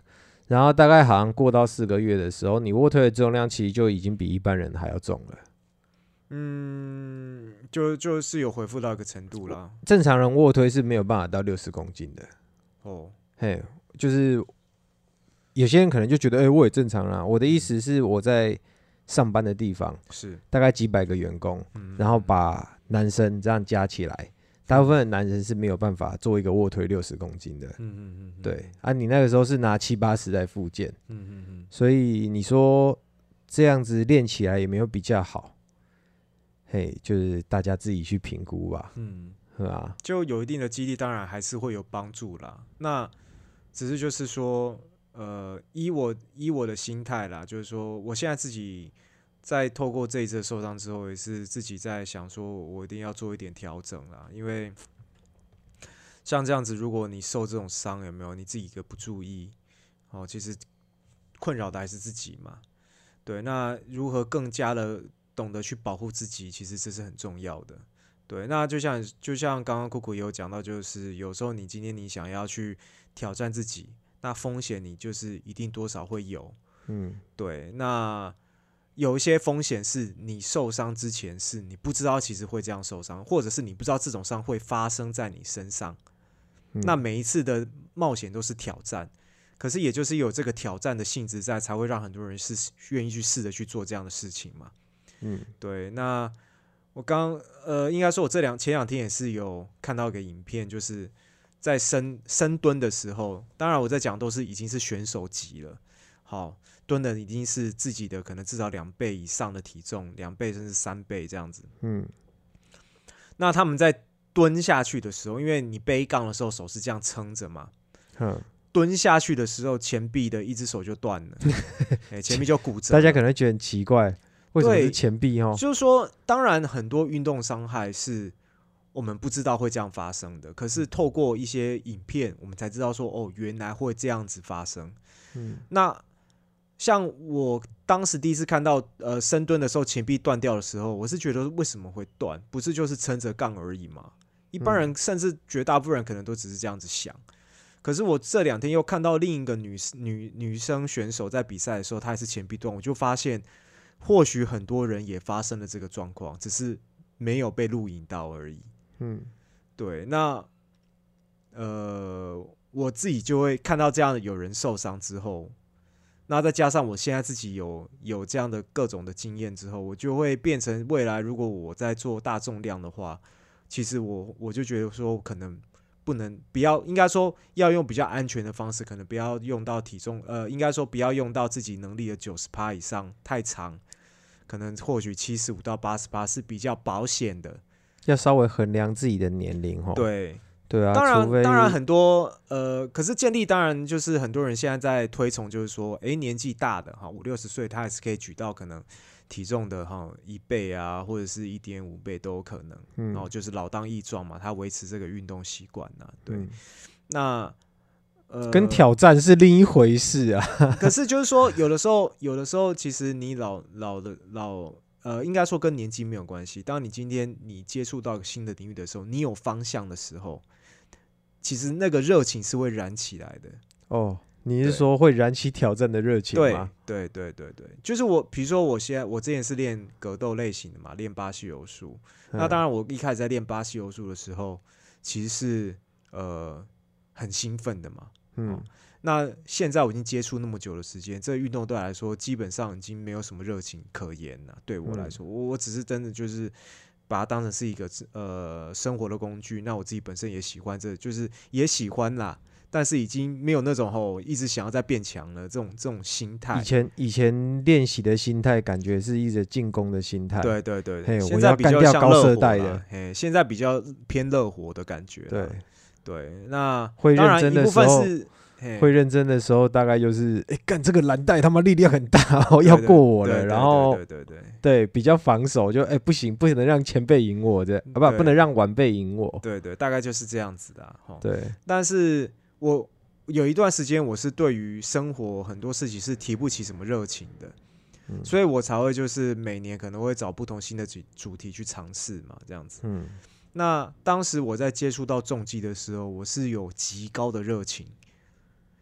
然后大概好像过到四个月的时候，你卧推的重量其实就已经比一般人还要重了。 嗯，就就是有恢复到一个程度了。 正常人卧推是没有办法到六十公斤的。哦，嘿，就是有些人可能就觉得，哎、欸，我也正常啦。我的意思是，我在上班的地方是大概几百个员工，嗯、然后把男生这样加起来。大部分的男人是没有办法做一个卧推六十公斤的，嗯嗯嗯，对啊，你那个时候是拿七八十在复健，嗯嗯嗯，所以你说这样子练起来也没有比较好，嘿，就是大家自己去评估吧，嗯，是吧？ 就有一定的肌力，当然还是会有帮助啦。那只是就是说，呃，依我依我的心态啦，就是说，我现在自己。在透过这一次受伤之后，也是自己在想说，我一定要做一点调整啦。因为像这样子，如果你受这种伤，有没有你自己一个不注意，哦，其实困扰的还是自己嘛。对，那如何更加的懂得去保护自己，其实这是很重要的。对，那就像就像刚刚酷酷也有讲到，就是有时候你今天你想要去挑战自己，那风险你就是一定多少会有。嗯，对，那。有一些风险是你受伤之前是你不知道其实会这样受伤，或者是你不知道这种伤会发生在你身上。嗯、那每一次的冒险都是挑战，可是也就是有这个挑战的性质在，才会让很多人是愿意去试着去做这样的事情嘛。嗯，对。那我刚呃，应该说我这两前两天也是有看到一个影片，就是在深深蹲的时候，当然我在讲都是已经是选手级了。好，蹲的已经是自己的可能至少两倍以上的体重，两倍甚至三倍这样子。嗯，那他们在蹲下去的时候，因为你背杠的时候手是这样撑着嘛，嗯，蹲下去的时候前臂的一只手就断了，欸、前臂就骨折了。 大家可能觉得很奇怪，为什么是前臂哦？ 就是说，当然很多运动伤害是我们不知道会这样发生的，可是透过一些影片，我们才知道说，哦，原来会这样子发生。嗯，那。像我当时第一次看到呃深蹲的时候前臂断掉的时候，我是觉得为什么会断？不是就是撑着杠而已嘛？一般人甚至绝大部分人可能都只是这样子想。可是我这两天又看到另一个女女女生选手在比赛的时候，她也是前臂断，我就发现或许很多人也发生了这个状况，只是没有被录影到而已。嗯，对。那呃我自己就会看到这样的有人受伤之后。那再加上我现在自己有有这样的各种的经验之后，我就会变成未来如果我在做大重量的话，其实我我就觉得说可能不能不要，应该说要用比较安全的方式，可能不要用到体重，呃，应该说不要用到自己能力的 百分之九十 以上，太长，可能或许七十五到八十八是比较保险的。 要稍微衡量自己的年龄齁。 对。 对啊， 当然，当然很多呃，可是健力当然就是很多人现在在推崇，就是说，哎，年纪大的哈，五六十岁他还是可以举到可能体重的哈一倍啊，或者是一点五倍都有可能。嗯，然后就是老当益壮嘛，他维持这个运动习惯呐。对，嗯、那呃，跟挑战是另一回事啊。 可是就是说，有的时候，有的时候，其实你老老的老。呃，应该说跟年纪没有关系。当你今天你接触到新的领域的时候，你有方向的时候，其实那个热情是会燃起来的。 哦，你是说会燃起挑战的热情吗？ 对对对对对，就是我，比如说我现在我之前是练格斗类型的嘛，练巴西柔术。嗯、那当然，我一开始在练巴西柔术的时候，其实是呃很兴奋的嘛。嗯。哦，那现在我已经接触那么久的时间，这个运动对我来说基本上已经没有什么热情可言了。对我来说，嗯、我我只是真的就是把它当成是一个呃生活的工具。那我自己本身也喜欢这，就是也喜欢啦，但是已经没有那种吼一直想要再变强了这种这种心态。 以前以前练习的心态，感觉是一直进攻的心态。 对对对， 嘿， 现在比较像高射带的， 嘿，现在比较偏热火的感觉。 对对，那会认真的时候。 是会认真的时候，大概就是哎，干这个蓝带他妈力量很大哦，要过我了。然后对对对对，比较防守，就哎不行，不能让前辈赢我这，啊不，不能让晚辈赢我。 对对，大概就是这样子的。 对， 但是我有一段时间，我是对于生活很多事情是提不起什么热情的，嗯、所以我才会就是每年可能会找不同新的主题去尝试嘛，这样子。嗯，那当时我在接触到重击的时候，我是有极高的热情。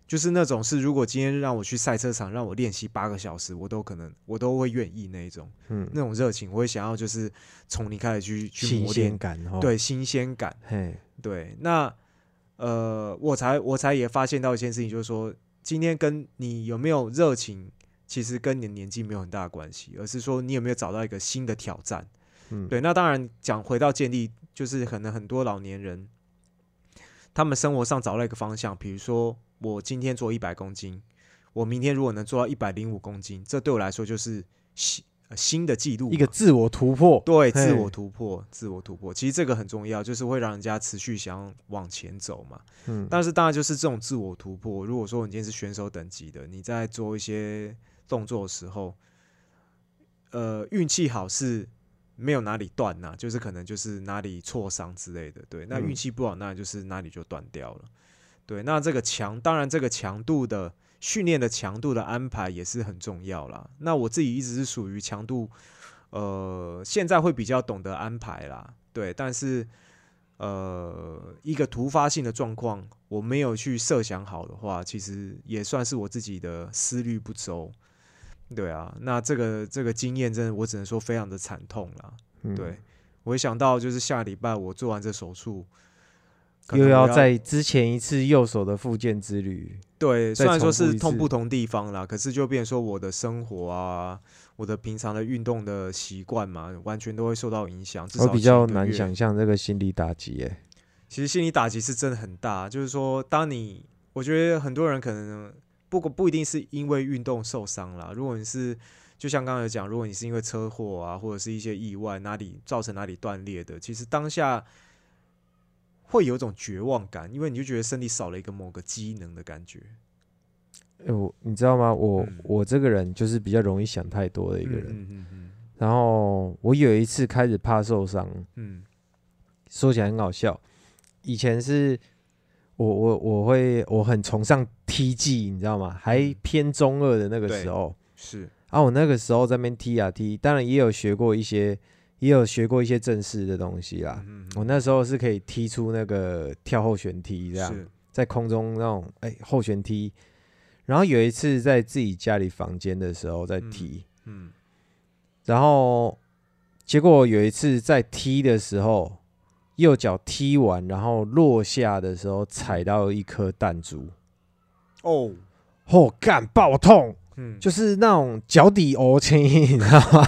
就是那种是如果今天让我去赛车场让我练习八个小时，我都可能我都会愿意那一种，嗯，那种热情，我会想要就是从零开始去去磨练， 新鲜感，哦， 对，新鲜感， 嘿， 对，那呃，我才我才也发现到一件事情，就是说今天跟你有没有热情，其实跟你的年纪没有很大的关系，而是说你有没有找到一个新的挑战，嗯，对，那当然讲回到建立，就是可能很多老年人。他们生活上找到一个方向，比如说我今天做一百公斤，我明天如果能做到一百零五公斤，这对我来说就是新新的纪录， 一个自我突破。 对，自我突破，自我突破。其实这个很重要，就是会让人家持续想要往前走嘛。嗯，但是当然就是这种自我突破。如果说你今天是选手等级的，你在做一些动作的时候，呃，运气好是。没有哪里断呐、啊，就是可能就是哪里挫伤之类的，对。那运气不好，那就是哪里就断掉了，对。那这个强，当然这个强度的训练的强度的安排也是很重要啦。那我自己一直是属于强度，呃，现在会比较懂得安排啦，对。但是呃，一个突发性的状况，我没有去设想好的话，其实也算是我自己的思虑不周。对啊，那这个这个经验真的，我只能说非常的惨痛啦。嗯、对，我一想到就是下礼拜我做完这手术， 又要在之前一次右手的复健之旅。 对，虽然说是痛不同地方啦，可是就变成说我的生活啊，我的平常的运动的习惯嘛，完全都会受到影响。 我比较难想象这个心理打击耶。 其实心理打击是真的很大，就是说，当你我觉得很多人可能。不过不一定是因为运动受伤啦，如果你是就像刚才有讲，如果你是因为车祸啊，或者是一些意外哪里造成哪里断裂的，其实当下会有一种绝望感，因为你就觉得身体少了一个某个机能的感觉。 欸、我你知道吗？我、嗯、我这个人就是比较容易想太多的一个人。嗯嗯嗯、然后我有一次开始怕受伤，嗯，说起来很好笑，以前是。我我我会我很崇尚踢技，你知道吗？还偏中二的那个时候是啊，我那个时候在那边踢啊踢，当然也有学过一些，也有学过一些正式的东西啦。嗯嗯我那时候是可以踢出那个跳后旋踢，这样在空中那种哎、欸、后旋踢。然后有一次在自己家里房间的时候在踢，嗯，嗯然后结果有一次在踢的时候。右脚踢完，然后落下的時候踩到一顆彈珠， 哦， 哦，幹爆痛，嗯，就是那種腳底凹青，你知道嗎？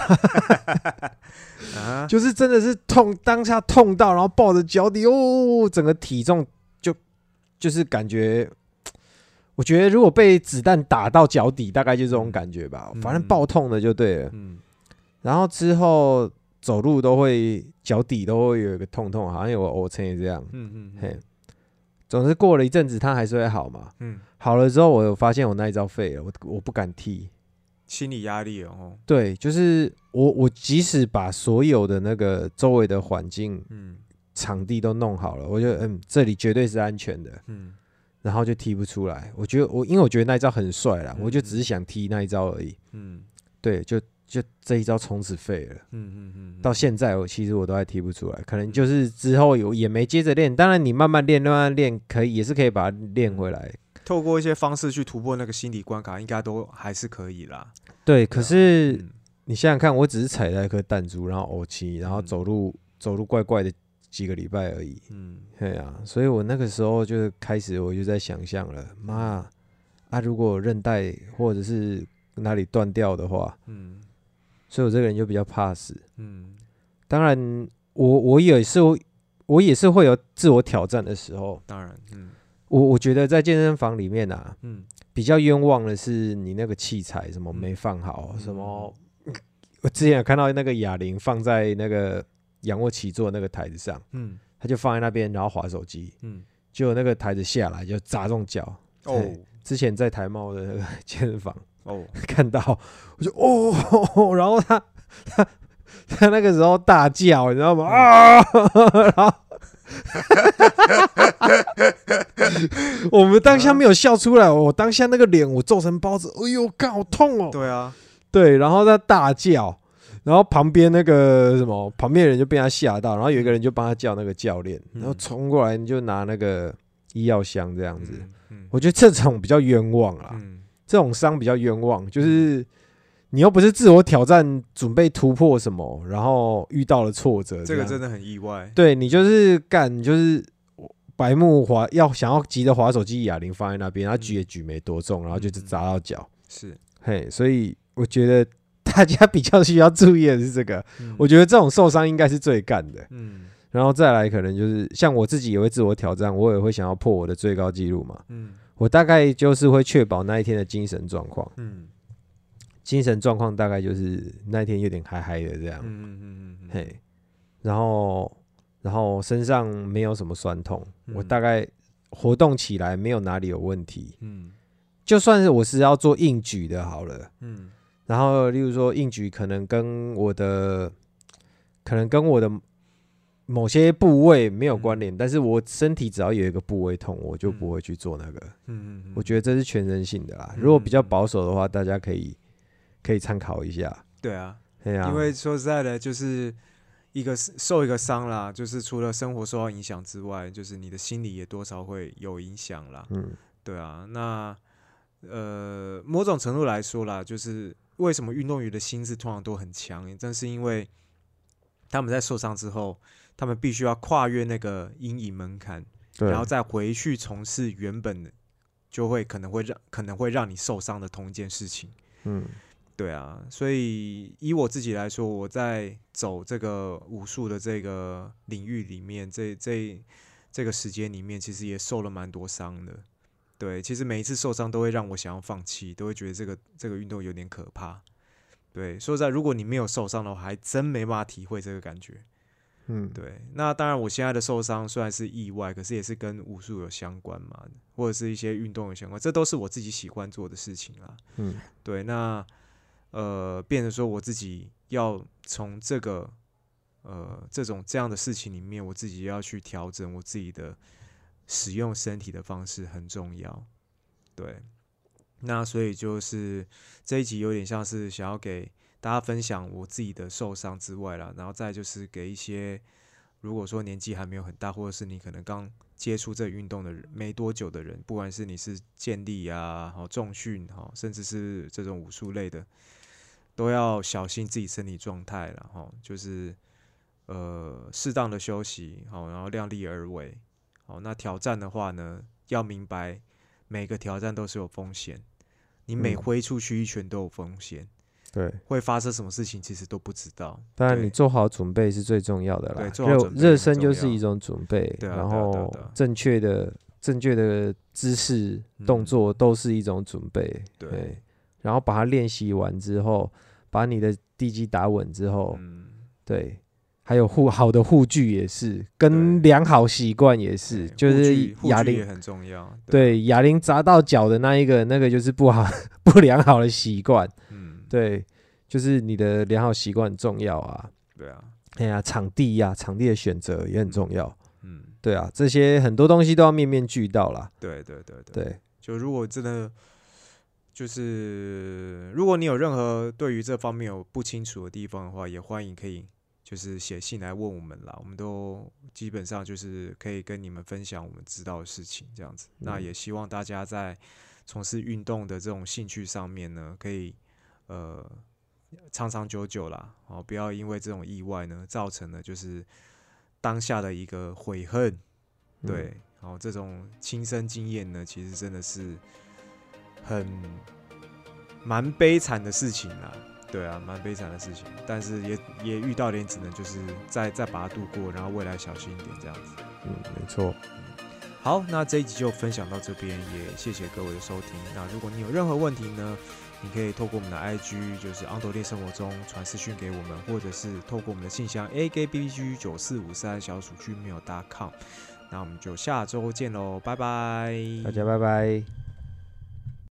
啊，就是真的是痛，當下痛到，然後抱着腳底，哦，整個體重就就是感覺，我覺得如果被子彈打到腳底，大概就這種感覺吧，嗯、反正爆痛的就對了，嗯，然後之後。走路都會腳底都會有一個痛痛，好像有個 O 稱這樣。嗯嗯嘿，總之過了一陣子，它還是會好嘛。嗯，好了之後，我有發現我那一招廢了，我我不敢踢， 心理壓力哦。 對，就是我我即使把所有的那個周圍的環境、嗯，場地都弄好了，我覺得嗯，這裡絕對是安全的。嗯，然後就踢不出來。我覺得我因為我覺得那一招很帥啦，嗯、我就只是想踢那一招而已。嗯，對，就。就這一招從此廢了，嗯嗯嗯，到現在我其實我都還踢不出來，可能就是之後有也沒接着練，當然你慢慢練慢慢練可以，也是可以把它練回來。 透過一些方式去突破那個心理關卡，應該都還是可以啦。 對，可是你想想看，我只是踩了一顆彈珠，然後偶氣，然後走路、嗯、走路怪怪的幾個禮拜而已。嗯，對啊，所以我那個時候就開始我就在想象了，媽啊，如果韌帶或者是哪裡斷掉的話，嗯。所以我這個人就比較怕死，嗯，當然我我也是我也是會有自我挑戰的時候， 當然，嗯， 我我覺得在健身房裡面啊，嗯，比較冤枉的是你那個器材什麼沒放好，嗯、什麼，我之前有看到那個啞鈴放在那個仰臥起坐那個台子上，嗯，他就放在那邊，然後滑手機，嗯，結果那個台子下來就砸中腳，哦，之前在台茂的那個健身房。哦，看到我就哦，然後他他他那個時候大叫，你知道嗎？啊！然後我們當下沒有笑出來，我當下那個臉我皺成包子，哎呦，幹好痛哦！ 對啊， 對，然後他大叫，然後旁邊那個什麼，旁邊的人就被他嚇到，然後有一個人就幫他叫那個教練，然後衝過來就拿那個医药箱这样子。嗯嗯、我觉得这种比较冤枉啦，嗯、这种伤比较冤枉，就是你又不是自我挑战，准备突破什么，然后遇到了挫折， 这个真的很意外。 对你就是干，你就是白目滑，要想要急着滑手机，哑铃放在那边，他举也举没多重，然后就是砸到脚。 是， 嘿，所以我觉得大家比较需要注意的是这个。嗯、我觉得这种受伤应该是最干的。嗯。然后再来，可能就是像我自己也会自我挑战，我也会想要破我的最高纪录嘛。嗯，我大概就是会确保那一天的精神状况。嗯，精神状况大概就是那一天有点嗨嗨的这样。嗯嗯嗯嗯。嘿，然后然后身上没有什么酸痛，嗯、我大概活动起来没有哪里有问题。嗯，就算是我是要做硬举的，好了。嗯，然后例如说硬举可能跟我的可能跟我的某些部位没有关联，嗯、但是我身体只要有一个部位痛，我就不会去做那个。嗯嗯我觉得这是全身性的啦。嗯、如果比较保守的话，大家可以可以参考一下。 对啊，对啊，因为说实在的，就是一个受一个伤啦，就是除了生活受到影响之外，就是你的心理也多少会有影响啦。嗯，对啊，那呃，某种程度来说啦，就是为什么运动员的心智通常都很强，正是因为他们在受伤之后。他们必须要跨越那个阴影门槛，然后再回去从事原本的，就会可能会让可能会让你受伤的同一件事情。嗯，对啊，所以以我自己来说，我在走这个武术的这个领域里面，这这这个时间里面，其实也受了蛮多伤的。对，其实每一次受伤都会让我想要放弃，都会觉得这个这个运动有点可怕。对，说实在，如果你没有受伤的话，还真没办法体会这个感觉。嗯，对，那当然，我现在的受伤虽然是意外，可是也是跟武术有相关嘛，或者是一些运动有相关，这都是我自己喜欢做的事情啦。嗯，对，那呃，变成说我自己要从这个呃这种这样的事情里面，我自己要去调整我自己的使用身体的方式很重要。对，那所以就是这一集有点像是想要给大家分享我自己的受伤之外啦，然后再就是给一些如果说年纪还没有很大，或者是你可能刚接触这个运动的人没多久的人，不管是你是健力啊、重训，甚至是这种武术类的，都要小心自己身体状态啦，就是呃适当的休息，然后量力而为。那挑战的话呢，要明白每个挑战都是有风险，你每挥出去一拳都有风险。对，会发生什么事情其实都不知道。 当然，你做好准备是最重要的啦。热热身就是一种准备， 对啊、 然后正确的正确的姿势、动作都是一种准备。对，对然后把它练习完之后，把你的地基打稳之后，嗯、对，还有护好的护具也是，跟良好习惯也是，就是哑铃也很重要。 对，哑铃砸到脚的那一个，那个就是不好不良好的习惯。对，就是你的良好习惯很重要啊。 对啊， 哎呀，场地呀、啊，场地的选择也很重要。嗯，对啊，这些很多东西都要面面俱到啦。 对对对 对, 对，就如果真的就是如果你有任何对于这方面有不清楚的地方的话，也欢迎可以就是写信来问我们啦。我们都基本上就是可以跟你们分享我们知道的事情，这样子。嗯、那也希望大家在从事运动的这种兴趣上面呢，可以。呃，长长久久啦，哦，不要因为这种意外呢，造成了就是当下的一个悔恨，对，然后、嗯、这种亲身经验呢，其实真的是很蛮悲惨的事情啦，对啊，蛮悲惨的事情，但是也也遇到点，只能就是再再把它度过，然后未来小心一点这样子， 嗯，没错。 好，那这一集就分享到这边，也谢谢各位的收听。那如果你有任何问题呢，你可以透过我们的 I G， 就是昂斗练生活中传私讯给我们，或者是透过我们的信箱 A K B B G 九四五三 小鼠 gmail dot com。那我们就下周见喽，拜拜， 大家拜拜。